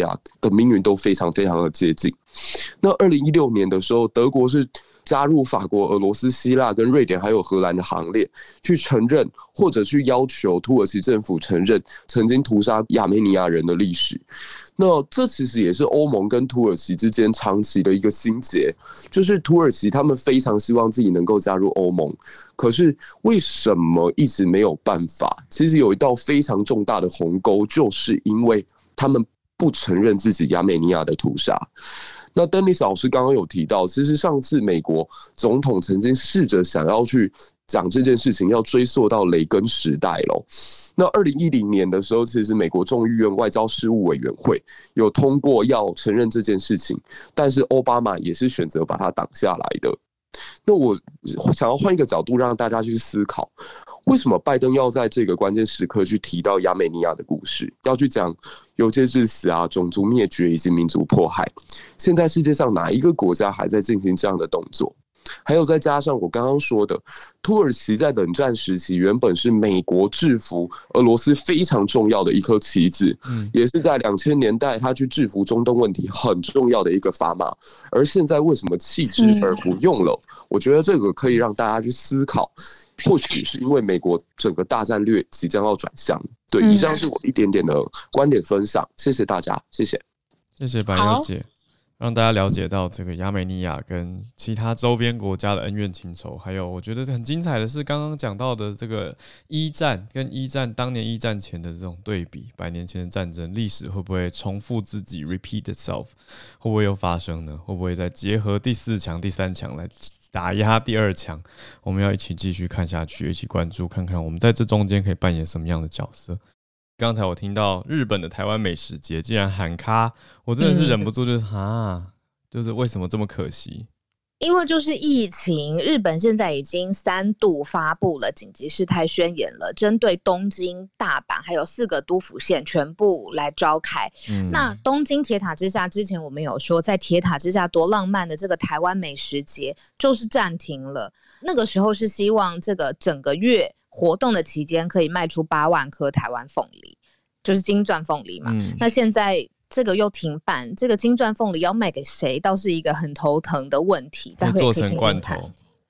的命运都非常非常的接近。那二零一六年的时候，德国是加入法国、俄罗斯、希腊跟瑞典还有荷兰的行列，去承认或者去要求土耳其政府承认曾经屠杀亚美尼亚人的历史。那这其实也是欧盟跟土耳其之间长期的一个心结，就是土耳其他们非常希望自己能够加入欧盟，可是为什么一直没有办法？其实有一道非常重大的鸿沟，就是因为他们不承认自己亚美尼亚的屠杀。那 Dennis 老师刚刚有提到，其实上次美国总统曾经试着想要去讲这件事情，要追溯到雷根时代咯。那二零一零年的时候，其实美国众议院外交事务委员会有通过要承认这件事情，但是奥巴马也是选择把它挡下来的。那我想要换一个角度让大家去思考，为什么拜登要在这个关键时刻去提到亚美尼亚的故事，要去讲游街致死啊、种族灭绝以及民族迫害？现在世界上哪一个国家还在进行这样的动作？还有再加上我刚刚说的，土耳其在冷战时期原本是美国制服俄罗斯非常重要的一颗棋子，嗯、也是在两千年代他去制服中东问题很重要的一个砝码。而现在为什么弃之而不用了？我觉得这个可以让大家去思考，或许是因为美国整个大战略即将要转向。对，以上是我一点点的观点分享，谢谢大家，谢谢， 谢谢白优姐。让大家了解到这个亚美尼亚跟其他周边国家的恩怨情仇，还有我觉得很精彩的是刚刚讲到的这个一战跟一战当年一战前的这种对比，百年前的战争历史会不会重复自己 repeat itself， 会不会又发生呢？会不会再结合第四强第三强来打压第二强？我们要一起继续看下去，一起关注看看我们在这中间可以扮演什么样的角色。刚才我听到日本的台湾美食节竟然喊咖，我真的是忍不住就是哈、啊，就是为什么这么可惜？ 因为就是疫情，日本现在已经三度发布了紧急事态宣言了，针对东京、大阪还有四个都府县全部来召开。嗯、那东京铁塔之下，之前我们有说，在铁塔之下多浪漫的这个台湾美食节就是暂停了。那个时候是希望这个整个月活动的期间可以卖出八万颗台湾凤梨，就是金钻凤梨嘛。嗯、那现在这个又停办，这个金钻凤梨要卖给谁，倒是一个很头疼的问题。 会做成罐头。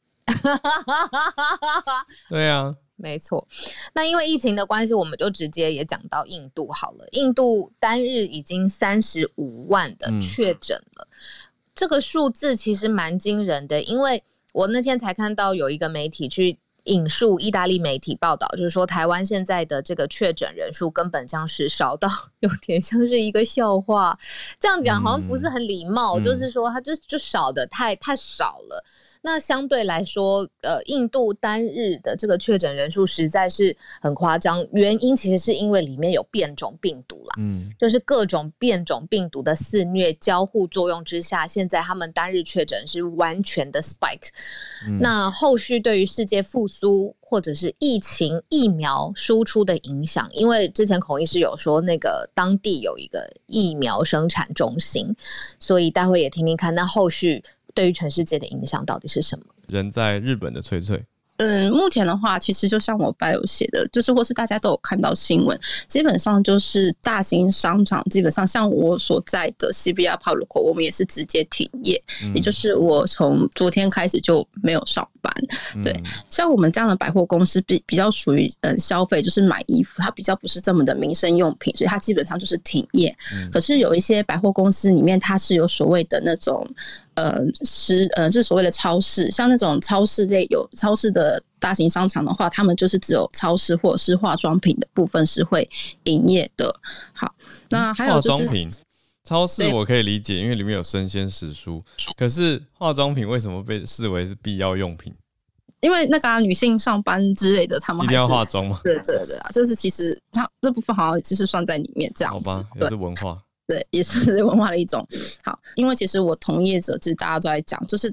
对啊， 没错。那因为疫情的关系，我们就直接也讲到印度好了。印度单日已经三十五万的确诊了，嗯、这个数字其实蛮惊人的，因为我那天才看到有一个媒体去引述意大利媒体报道，就是说台湾现在的这个确诊人数根本像是少到有点像是一个笑话，这样讲好像不是很礼貌，嗯、就是说它就就少的太太少了。那相对来说，呃，印度单日的这个确诊人数实在是很夸张，原因其实是因为里面有变种病毒啦，嗯，就是各种变种病毒的肆虐交互作用之下，现在他们单日确诊是完全的 spike。嗯、那后续对于世界复苏或者是疫情疫苗输出的影响，因为之前孔医师有说那个当地有一个疫苗生产中心，所以待会也听听看，那后续对于全世界的影响到底是什么？ 人在日本的翠翠， 嗯，目前的话，其实就像我爸有写的，就是或是大家都有看到新闻，基本上就是大型商场，基本上像我所在的西比亚帕鲁口，我们也是直接停业，嗯、也就是我从昨天开始就没有上班。嗯、对，像我们这样的百货公司比比较属于嗯消费，就是买衣服，它比较不是这么的民生用品，所以它基本上就是停业。嗯、可是有一些百货公司里面，它是有所谓的那种。呃，是呃，是所谓的超市，像那种超市类有超市的大型商场的话，他们就是只有超市或者是化妆品的部分是会营业的。好，那还有就是化妆品，超市我可以理解，因为里面有生鲜食蔬，可是化妆品为什么被视为是必要用品？ 因为那个、啊、女性上班之类的，他们还是一定要化妆吗？ 对对对啊，这是其实它这部分好像就是算在里面这样子， 好吧，也是文化。 对，也是文化的一种。好，因为其实我同业者，其实大家都在讲，就是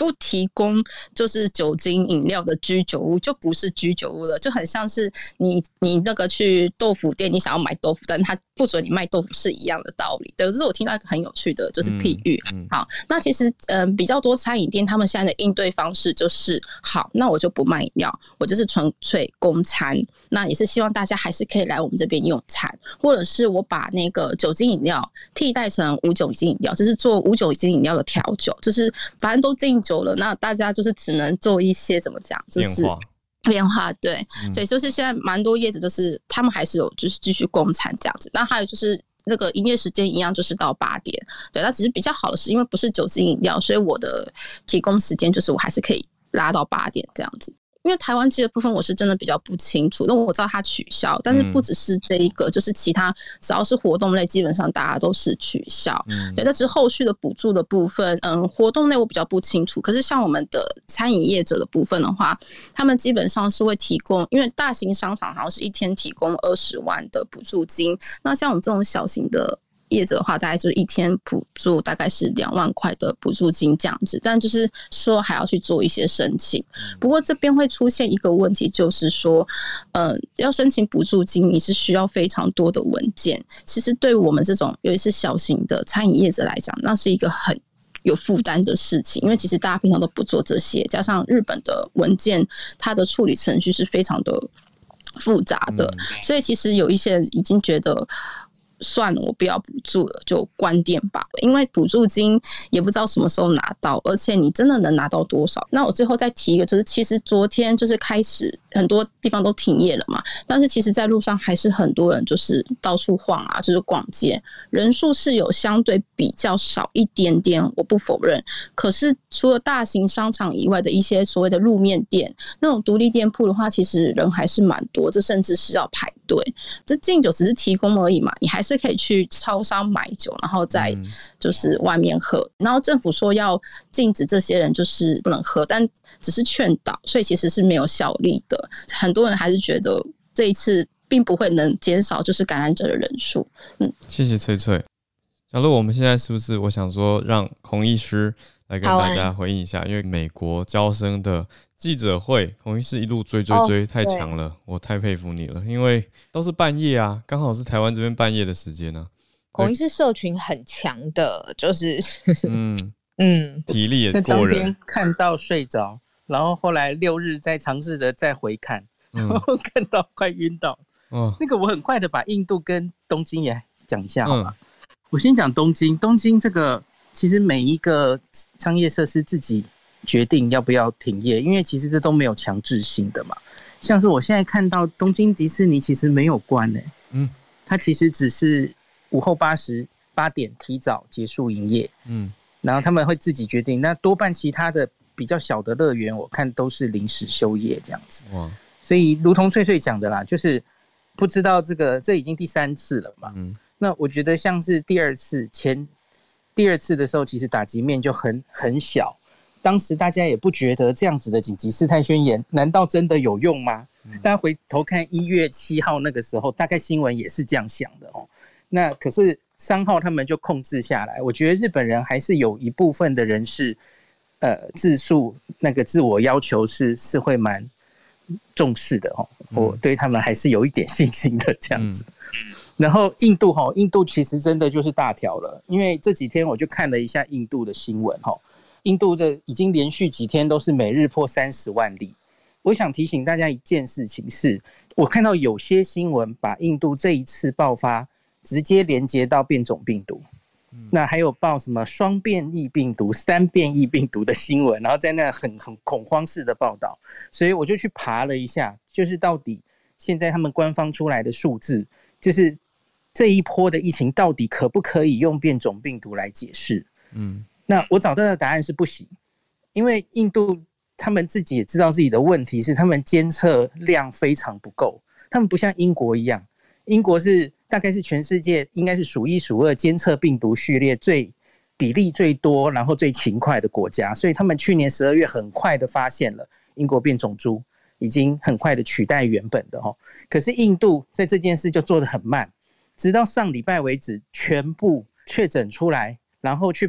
不提供就是酒精饮料的居酒屋就不是居酒屋了，就很像是你你那个去豆腐店，你想要买豆腐，但他不准你卖豆腐是一样的道理。对，这是我听到一个很有趣的就是譬喻。嗯嗯、好，那其实嗯、呃、比较多餐饮店他们现在的应对方式就是好，那我就不卖饮料，我就是纯粹供餐。那也是希望大家还是可以来我们这边用餐，或者是我把那个酒精饮料替代成无酒精饮料，就是做无酒精饮料的调酒，就是反正都进酒了，那大家就是只能做一些怎么讲，就是变化， 变化对、 嗯， 所以就是现在蛮多业者就是他们还是有就是继续供餐这样子。那还有就是那个营业时间一样，就是到八点，对，那只是比较好的是因为不是酒精饮料，所以我的提供时间就是我还是可以拉到八点这样子。因为台湾季的部分我是真的比较不清楚，但我知道它取消，但是不只是这一个、嗯、就是其他只要是活动类基本上大家都是取消、嗯、对，但是后续的补助的部分嗯，活动类我比较不清楚，可是像我们的餐饮业者的部分的话，他们基本上是会提供，因为大型商场好像是一天提供二十万的补助金，那像我们这种小型的业者的话，大概就是一天补助大概是两万块的补助金这样子，但就是说还要去做一些申请。不过这边会出现一个问题，就是说，呃，要申请补助金，你是需要非常多的文件。其实对我们这种尤其是小型的餐饮业者来讲，那是一个很有负担的事情，因为其实大家平常都不做这些，加上日本的文件，它的处理程序是非常的复杂的，所以其实有一些人已经觉得，算了，我不要补助了，就关店吧。因为补助金也不知道什么时候拿到，而且你真的能拿到多少？那我最后再提一个，就是其实昨天就是开始很多地方都停业了嘛，但是其实在路上还是很多人就是到处晃啊，就是逛街，人数是有相对比较少一点点，我不否认。可是除了大型商场以外的一些所谓的路面店，那种独立店铺的话，其实人还是蛮多，这甚至是要排队。这敬酒只是提供而已嘛，你还是可以去超商买酒，然后再就是外面喝、嗯、然后政府说要禁止这些人就是不能喝，但只是劝导，所以其实是没有效力的。很多人还是觉得这一次并不会能减少就是感染者的人数。嗯， 谢谢翠翠。假如我们现在是不是我想说让孔医师来跟大家回应一下，因为美国招生的记者会，孔医师一路追追追、哦、太强了，我太佩服你了，因为都是半夜啊，刚好是台湾这边半夜的时间啊。 孔医师社群很强的，就是嗯嗯， 体力也在过人， 当天看到睡着，然后后来六日再尝试着再回看，然后看到快晕倒、嗯、那个我很快的把印度跟东京也讲一下好吗、嗯、我先讲东京。东京这个其实每一个商业设施自己决定要不要停业，因为其实这都没有强制性的嘛。像是我现在看到东京迪士尼其实没有关、欸嗯、它其实只是午后八时八点提早结束营业，嗯，然后他们会自己决定。那多半其他的比较小的乐园，我看都是临时休业这样子。哇，所以如同翠翠讲的啦，就是不知道这个这已经第三次了嘛。嗯，那我觉得像是第二次前第二次的时候，其实打击面就很很小。当时大家也不觉得这样子的紧急事态宣言难道真的有用吗？嗯、大家回头看一月七号那个时候，大概新闻也是这样想的哦。那可是三号他们就控制下来，我觉得日本人还是有一部分的人是，呃，自述那个自我要求是是会蛮重视的哦，我对他们还是有一点信心的这样子。嗯、然后印度哈，印度其实真的就是大条了，因为这几天我就看了一下印度的新闻哈，印度这已经连续几天都是每日破三十万例。我想提醒大家一件事情是，我看到有些新闻把印度这一次爆发直接连接到变种病毒，那还有报什么双变异病毒、三变异病毒的新闻，然后在那很很恐慌式的报道，所以我就去爬了一下，就是到底现在他们官方出来的数字，就是这一波的疫情到底可不可以用变种病毒来解释？嗯，那我找到的答案是不行，因为印度他们自己也知道自己的问题是他们监测量非常不够，他们不像英国一样，英国是大概是全世界应该是数一数二监测病毒序列最比例最多，然后最勤快的国家，所以他们去年十二月很快的发现了英国变种株，已经很快的取代原本的哦。可是印度在这件事就做得很慢，直到上礼拜为止全部确诊出来，然后去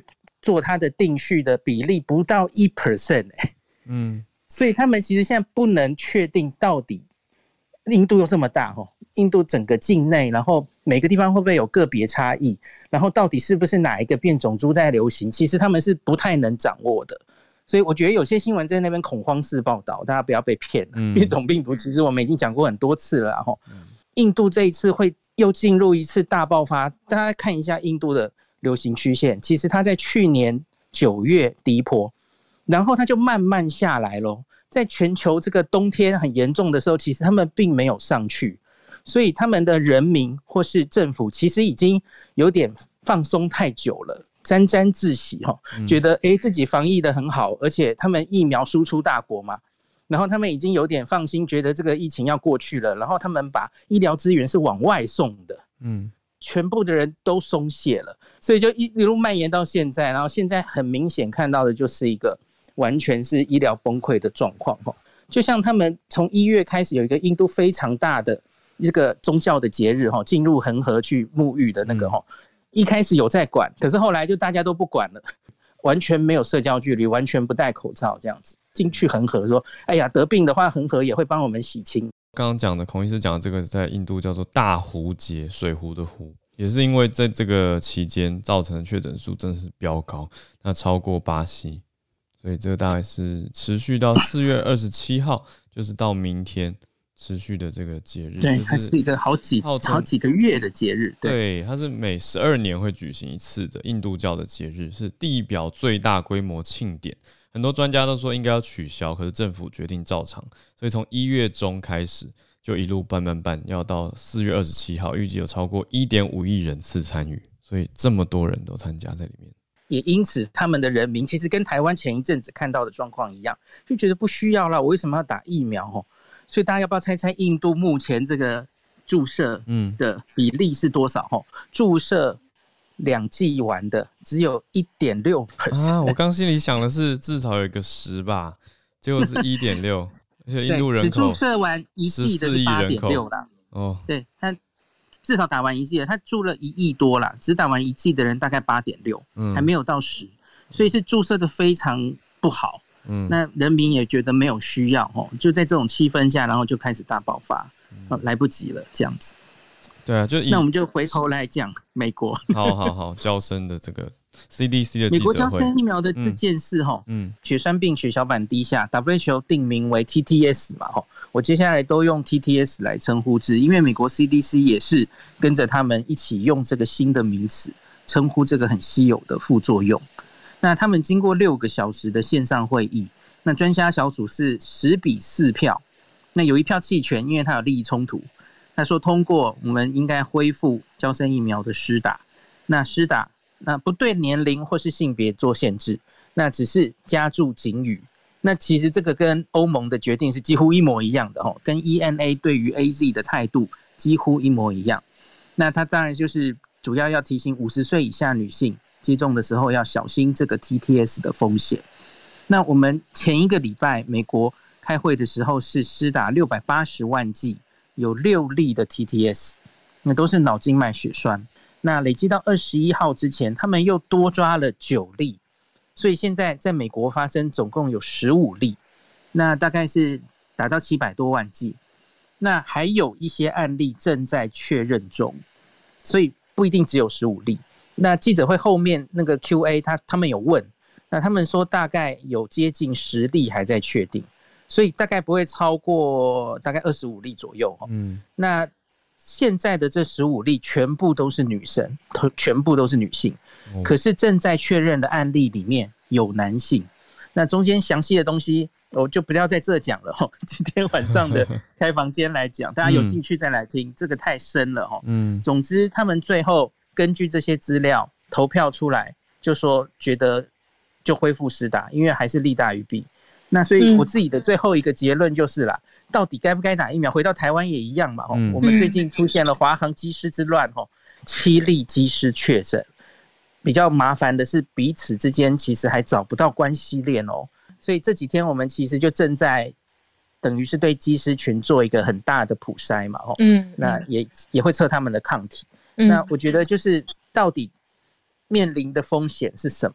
做它的定序的比例不到一 percent 哎，嗯，所以他们其实现在不能确定到底印度又这么大哦，印度整个境内，然后每个地方会不会有个别差异，然后到底是不是哪一个变种株在流行，其实他们是不太能掌握的。所以我觉得有些新闻在那边恐慌式报道，大家不要被骗了。嗯、变种病毒其实我们已经讲过很多次了啦，嗯，印度这一次会又进入一次大爆发，大家看一下印度的流行曲线，其实它在去年九月第一波，然后它就慢慢下来咯，在全球这个冬天很严重的时候，其实他们并没有上去，所以他们的人民或是政府其实已经有点放松太久了，沾沾自喜，觉得诶自己防疫的很好，而且他们疫苗输出大国嘛，然后他们已经有点放心，觉得这个疫情要过去了，然后他们把医疗资源是往外送的，嗯，全部的人都松懈了，所以就一路蔓延到现在，然后现在很明显看到的就是一个完全是医疗崩溃的状况，就像他们从一月开始有一个印度非常大的一个宗教的节日，进入恒河去沐浴的那个，嗯，一开始有在管，可是后来就大家都不管了，完全没有社交距离，完全不戴口罩，这样子进去恒河说，哎呀，得病的话恒河也会帮我们洗清。 刚刚讲的孔医师讲的这个在印度叫做大湖节，水湖的湖，也是因为在这个期间造成的确诊数真的是飙高，那超过巴西，所以这个大概是持续到四月二十七号，就是到明天持续的这个节日， 对，它是一个好几好几个月的节日， 对，对，它是每十二年会举行一次的印度教的节日，是地表最大规模庆典。很多专家都说应该要取消，可是政府决定照常，所以从一月中开始就一路办办办，要到四月二十七号，预计有超过 一点五亿人次参与，所以这么多人都参加在里面。 也因此他们的人民其实跟台湾前一阵子看到的状况一样，就觉得不需要啦，我为什么要打疫苗？所以大家要不要猜猜印度目前这个注射的比例是多少？嗯、注射两剂完的只有 百分之一点六。 啊，我刚心里想的是至少有一个十吧，结果是 一点六， 而且印度人口只注射完一剂的是 八点六 啦。哦，对，他至少打完一剂的，他注了一亿多啦，只打完一剂的人大概 八点六，嗯，还没有到十，所以是注射的非常不好。嗯，那人民也觉得没有需要，就在这种气氛下，然后就开始大爆发，嗯，来不及了这样子。 对啊，就那我们就回头来讲美国。 好好好，嬌生的这个 C D C 的记者会， 美国嬌生疫苗的这件事，嗯，嗯血栓病血小板低下 ，W H O 定名为 T T S 嘛，我接下来都用 T T S 来称呼之，因为美国 C D C 也是跟着他们一起用这个新的名词称呼这个很稀有的副作用。那他们经过六个小时的线上会议，那专家小组是十比四票，那有一票弃权，因为它有利益冲突。他说通过，我们应该恢复嬌生疫苗的施打。那施打，那不对年龄或是性别做限制，那只是加注警语。那其实这个跟欧盟的决定是几乎一模一样的，跟 E M A 对于 A Z 的态度几乎一模一样。那他当然就是主要要提醒五十岁以下女性接种的时候要小心这个 T T S 的风险。那我们前一个礼拜美国开会的时候是施打六百八十万剂，有六例的 T T S， 那都是脑静脉血栓。那累积到二十一号之前，他们又多抓了九例，所以现在在美国发生总共有十五例，那大概是达到七百多万剂。那还有一些案例正在确认中，所以不一定只有十五例。那记者会后面那个 Q A 他他们有问，那他们说大概有接近十例还在确定，所以大概不会超过大概二十五例左右。嗯，那现在的这十五例全部都是女生，全部都是女性，可是正在确认的案例里面有男性。那中间详细的东西我就不要在这讲了，今天晚上的开房间来讲，大家有兴趣再来听，这个太深了。嗯，总之他们最后根据这些资料投票出来，就说觉得就恢复施打，因为还是利大于弊。那所以我自己的最后一个结论就是啦，到底该不该打疫苗，回到台湾也一样嘛。嗯，我们最近出现了华航机师之乱，七例机师确诊，比较麻烦的是彼此之间其实还找不到关系链哦。所以这几天我们其实就正在等于是对机师群做一个很大的普筛嘛。嗯，那也也会测他们的抗体。嗯，那我觉得就是到底面临的风险是什么？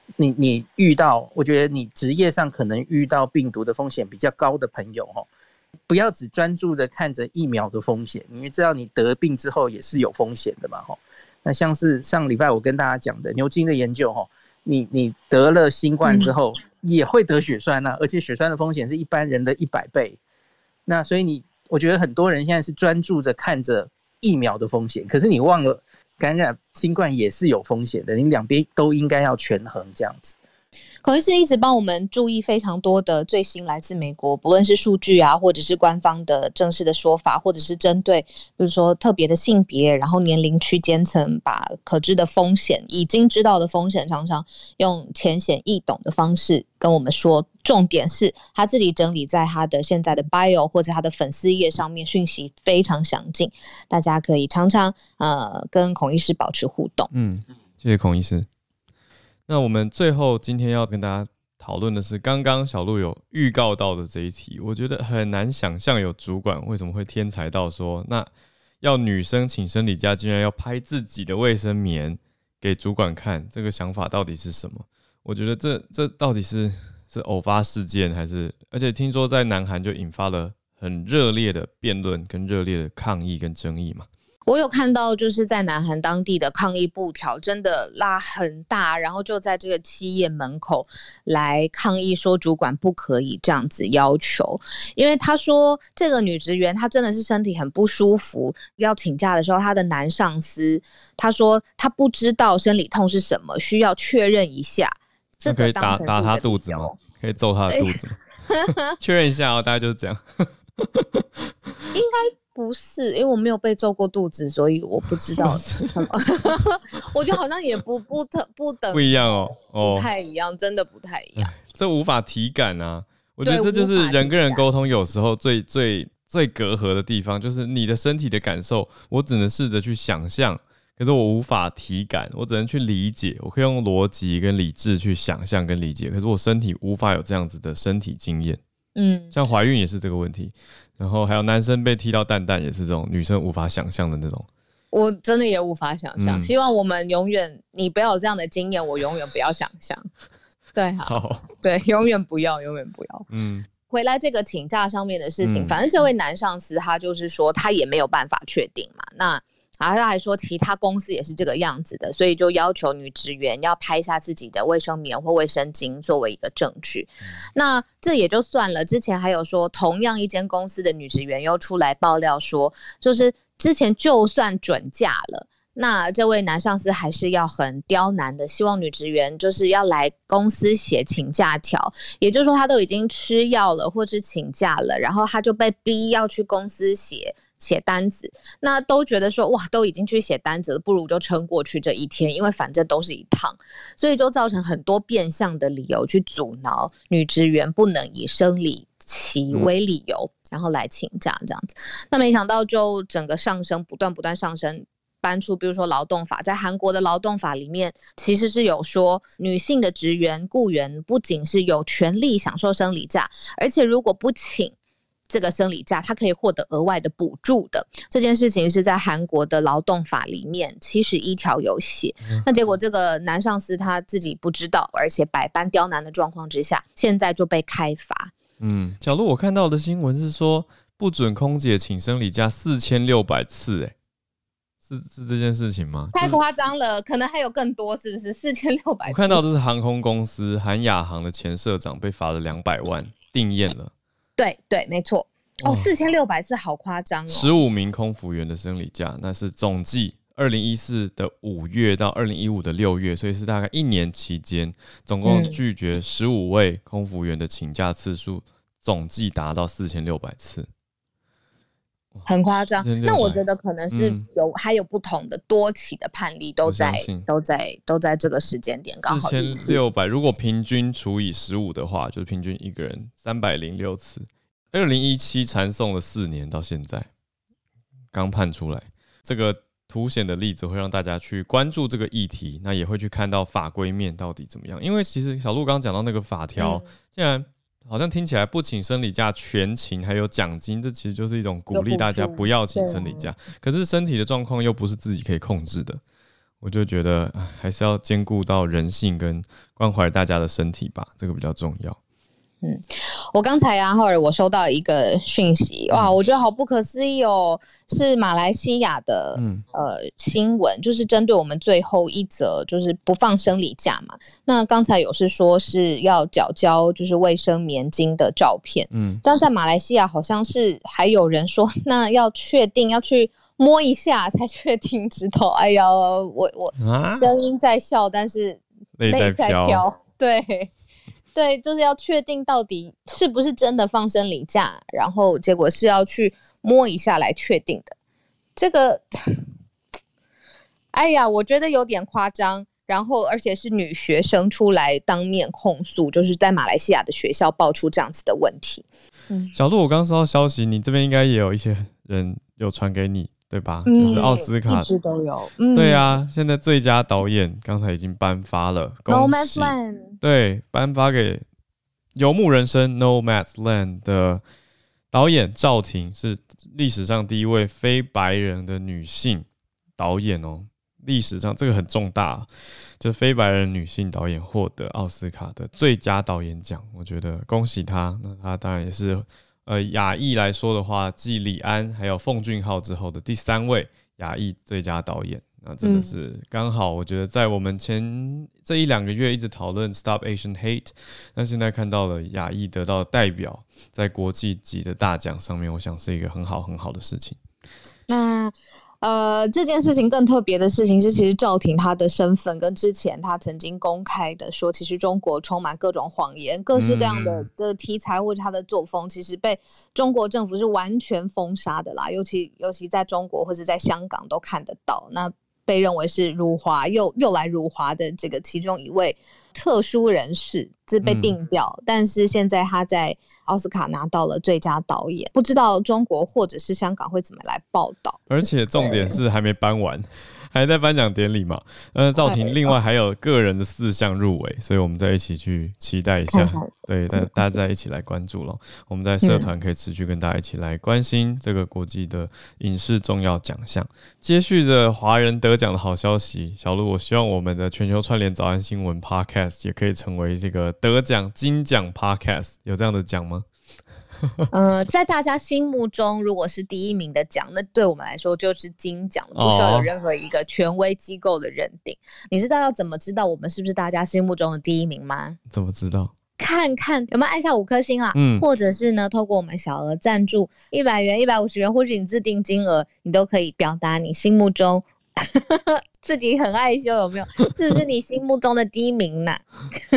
你你遇到，我觉得你职业上可能遇到病毒的风险比较高的朋友哦，不要只专注着看着疫苗的风险，因为知道你得病之后也是有风险的嘛吼。那像是上礼拜我跟大家讲的牛津的研究吼，你你得了新冠之后也会得血栓啊，而且血栓的风险是一般人的一百倍。那所以你我觉得很多人现在是专注着看着疫苗的风险，可是你忘了感染新冠也是有风险的，你两边都应该要权衡这样子。 孔医师一直帮我们注意非常多的最新来自美国，不论是数据啊，或者是官方的正式的说法，或者是针对比如说特别的性别，然后年龄区间层，把可知的风险已经知道的风险常常用浅显易懂的方式跟我们说，重点是他自己整理在他的现在的 bio 或者他的粉丝页上面，讯息非常详尽，大家可以常常呃跟孔医师保持互动。 嗯，谢谢孔医师。那我们最后今天要跟大家讨论的是，刚刚小鹿有预告到的这一题，我觉得很难想象有主管为什么会天才到说，那要女生请生理假，竟然要拍自己的卫生棉给主管看，这个想法到底是什么？我觉得这这到底是是偶发事件，还是？而且听说在南韩就引发了很热烈的辩论、跟热烈的抗议跟争议嘛。 我有看到就是在南韩当地的抗议布条真的拉很大，然后就在这个企业门口来抗议说主管不可以这样子要求，因为他说这个女职员她真的是身体很不舒服，要请假的时候她的男上司他说他不知道生理痛是什么，需要确认一下。这个可以打打他肚子吗？可以揍他的肚子吗？确认一下哦，大概就是这样。 应该不是，因为我没有被揍过肚子，所以我不知道。我觉得好像也不不特不等不一样哦，哦， 不太一样，真的不太一样。 这无法体感啊！我觉得这就是人跟人沟通有时候最最最隔阂的地方，就是你的身体的感受，我只能试着去想象，可是我无法体感，我只能去理解，我可以用逻辑跟理智去想象跟理解，可是我身体无法有这样子的身体经验。嗯，像怀孕也是这个问题，然后还有男生被踢到蛋蛋也是这种女生无法想象的那种。 我真的也无法想象、嗯，希望我们永远你不要有这样的经验，我永远不要想象。对，好，对，永远不要，永远不要。嗯，回来这个请假上面的事情，嗯、反正这位男上司他就是说他也没有办法确定嘛，那。然后他还说其他公司也是这个样子的，所以就要求女职员要拍下自己的卫生棉或卫生巾作为一个证据、嗯、那这也就算了，之前还有说同样一间公司的女职员又出来爆料说，就是之前就算准假了，那这位男上司还是要很刁难的，希望女职员就是要来公司写请假条，也就是说他都已经吃药了或是请假了，然后他就被逼要去公司写写单子，那都觉得说哇，都已经去写单子了，不如就撑过去这一天，因为反正都是一趟，所以就造成很多变相的理由去阻挠女职员不能以生理期为理由、嗯、然后来请假这样子。那没想到就整个上升，不断不断上升，搬出比如说劳动法，在韩国的劳动法里面其实是有说女性的职员雇员不仅是有权利享受生理假，而且如果不请这个生理假他可以获得额外的补助的，这件事情是在韩国的劳动法里面七十一条有写、嗯、那结果这个男上司他自己不知道，而且百般刁难的状况之下，现在就被开罚。 嗯，小鹿我看到的新闻是说不准空姐请生理假四千六百次，哎，是是这件事情吗？ 太夸张了，可能还有更多，是不是四千六百次？ 我看到这是航空公司韩亚航的前社长被罚了两百万，定谳了。 对对，没错。哦，四千六百次好夸张哦！ 十五名空服员的生理假，那是总计二零一四的五月到二零一五的六月，所以是大概一年期间，总共拒绝十五位空服员的请假次数，总计达到四千六百次， 很夸张。那我觉得可能是有、嗯、还有不同的多起的判例都在都在都在这个时间点刚好。 四千六百，如果平均除以十五的话，就是平均一个人三百零六次。二零一七缠讼了四年，到现在刚判出来，这个凸显的例子会让大家去关注这个议题，那也会去看到法规面到底怎么样。因为其实小鹿刚刚讲到那个法条、嗯，竟然好像听起来不请生理假全勤还有奖金，这其实就是一种鼓励大家不要请生理假。可是身体的状况又不是自己可以控制的， 我就觉得还是要兼顾到人性跟关怀大家的身体吧，这个比较重要。 嗯，我刚才啊，浩尔，我收到一个讯息，哇，我觉得好不可思议哦，是马来西亚的、嗯、呃新闻，就是针对我们最后一则，就是不放生理假嘛。那刚才有是说是要缴交就是卫生棉巾的照片，嗯，但在马来西亚好像是还有人说，那要确定要去摸一下才确定知道。哎呀，我我声音在笑，但是泪在飘， 对。对，就是要确定到底是不是真的放生理假，然后结果是要去摸一下来确定的。这个，哎呀，我觉得有点夸张。然后，而且是女学生出来当面控诉，就是在马来西亚的学校爆出这样子的问题。 嗯、小鹿，我刚收到消息，你这边应该也有一些人有传给你。对吧、嗯？就是奥斯卡一直都有、嗯。 对啊，现在最佳导演刚才已经颁发了，恭喜！ No Man's Land 对，颁发给《游牧人生》No Man's Land 的导演赵婷，是历史上第一位非白人的女性导演哦。历史上这个很重大，就是非白人女性导演获得奥斯卡的最佳导演奖，我觉得恭喜她。那她当然也是。呃，亚裔来说的话，继李安还有奉俊昊之后的第三位亚裔最佳导演，那真的是刚好。我觉得在我们前这一两个月一直讨论 Stop Asian Hate， 那现在看到了亚裔得到代表在国际级的大奖上面，我想是一个很好很好的事情。 那呃，这件事情更特别的事情是，其实赵婷她的身份跟之前她曾经公开的说，其实中国充满各种谎言，各式各样的、嗯、的题材或者她的作风，其实被中国政府是完全封杀的啦。尤其尤其在中国或是在香港都看得到，那被认为是辱华又又来辱华的这个其中一位特殊人士，这被定掉、嗯、但是现在他在奥斯卡拿到了最佳导演，不知道中国或者是香港会怎么来报道。 而且重点是还没颁完，还在颁奖典礼嘛。呃，赵婷另外还有个人的四项入围，所以我们再一起去期待一下。对，大大家再一起来关注咯。我们在社团可以持续跟大家一起来关心这个国际的影视重要奖项。接续着华人得奖的好消息，小鹿，我希望我们的全球串联早安新闻 Podcast 也可以成为这个得奖金奖 Podcast， 有这样的奖吗？ 呃，在大家心目中，如果是第一名的奖，那对我们来说就是金奖，不需要有任何一个权威机构的认定。哦、你知道要怎么知道我们是不是大家心目中的第一名吗？ 怎么知道？ 看看有没有按下五颗星啦，嗯，或者是呢，透过我们小额赞助一百元、一百五十元，或者你自定金额，你都可以表达你心目中自己很害羞，有没有？这是你心目中的第一名呐。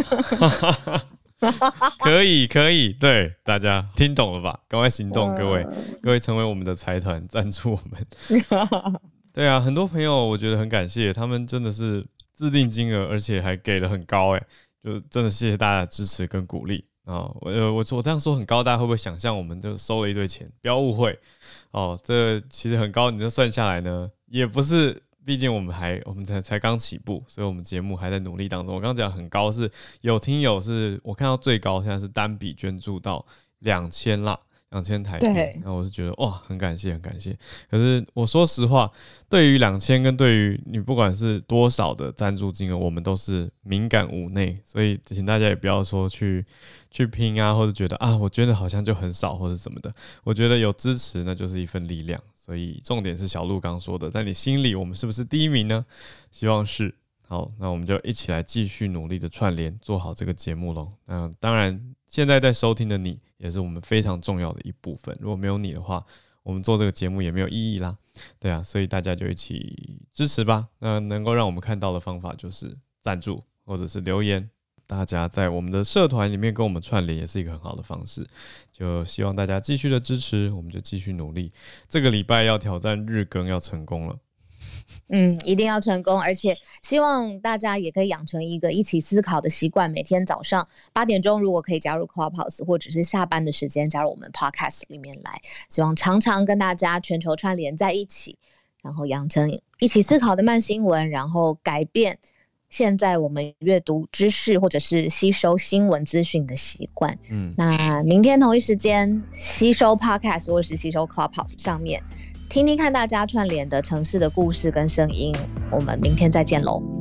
可以可以，对，大家听懂了吧？赶快行动，各位各位成为我们的财团，赞助我们。对啊，很多朋友我觉得很感谢，他们真的是自定金额，而且还给了很高，哎，就真的谢谢大家的支持跟鼓励啊！我我我这样说很高，大家会不会想象我们就收了一堆钱？不要误会哦，这其实很高，你这算下来呢，也不是。毕竟我们还我们才才刚起步，所以我们节目还在努力当中。我刚刚讲很高是有听友是我看到最高现在是单笔捐助到两千啦，两千台币。那我是觉得哇，很感谢很感谢。可是我说实话，对于两千跟对于你不管是多少的赞助金额，我们都是敏感无内，所以请大家也不要说去去拼啊，或者觉得啊我捐的好像就很少或者什么的。我觉得有支持那就是一份力量。所以重点是小鹿刚说的，在你心里我们是不是第一名呢？希望是。好，那我们就一起来继续努力的串联，做好这个节目咯。那当然现在在收听的你也是我们非常重要的一部分，如果没有你的话，我们做这个节目也没有意义啦。对啊，所以大家就一起支持吧。那能够让我们看到的方法就是赞助或者是留言，大家在我们的社团里面跟我们串联也是一个很好的方式，就希望大家继续的支持，我们就继续努力。这个礼拜要挑战日更要成功了， 嗯，一定要成功，而且希望大家也可以养成一个一起思考的习惯，每天早上八点钟如果可以加入 Clubhouse， 或者是下班的时间加入我们 Podcast 里面来，希望常常跟大家全球串联在一起，然后养成一起思考的慢新闻，然后改变现在我们阅读知识或者是吸收新闻资讯的习惯。嗯，那明天同一时间吸收 Podcast 或者是吸收 Clubhouse 上面听听看大家串联的城市的故事跟声音。我们明天再见喽。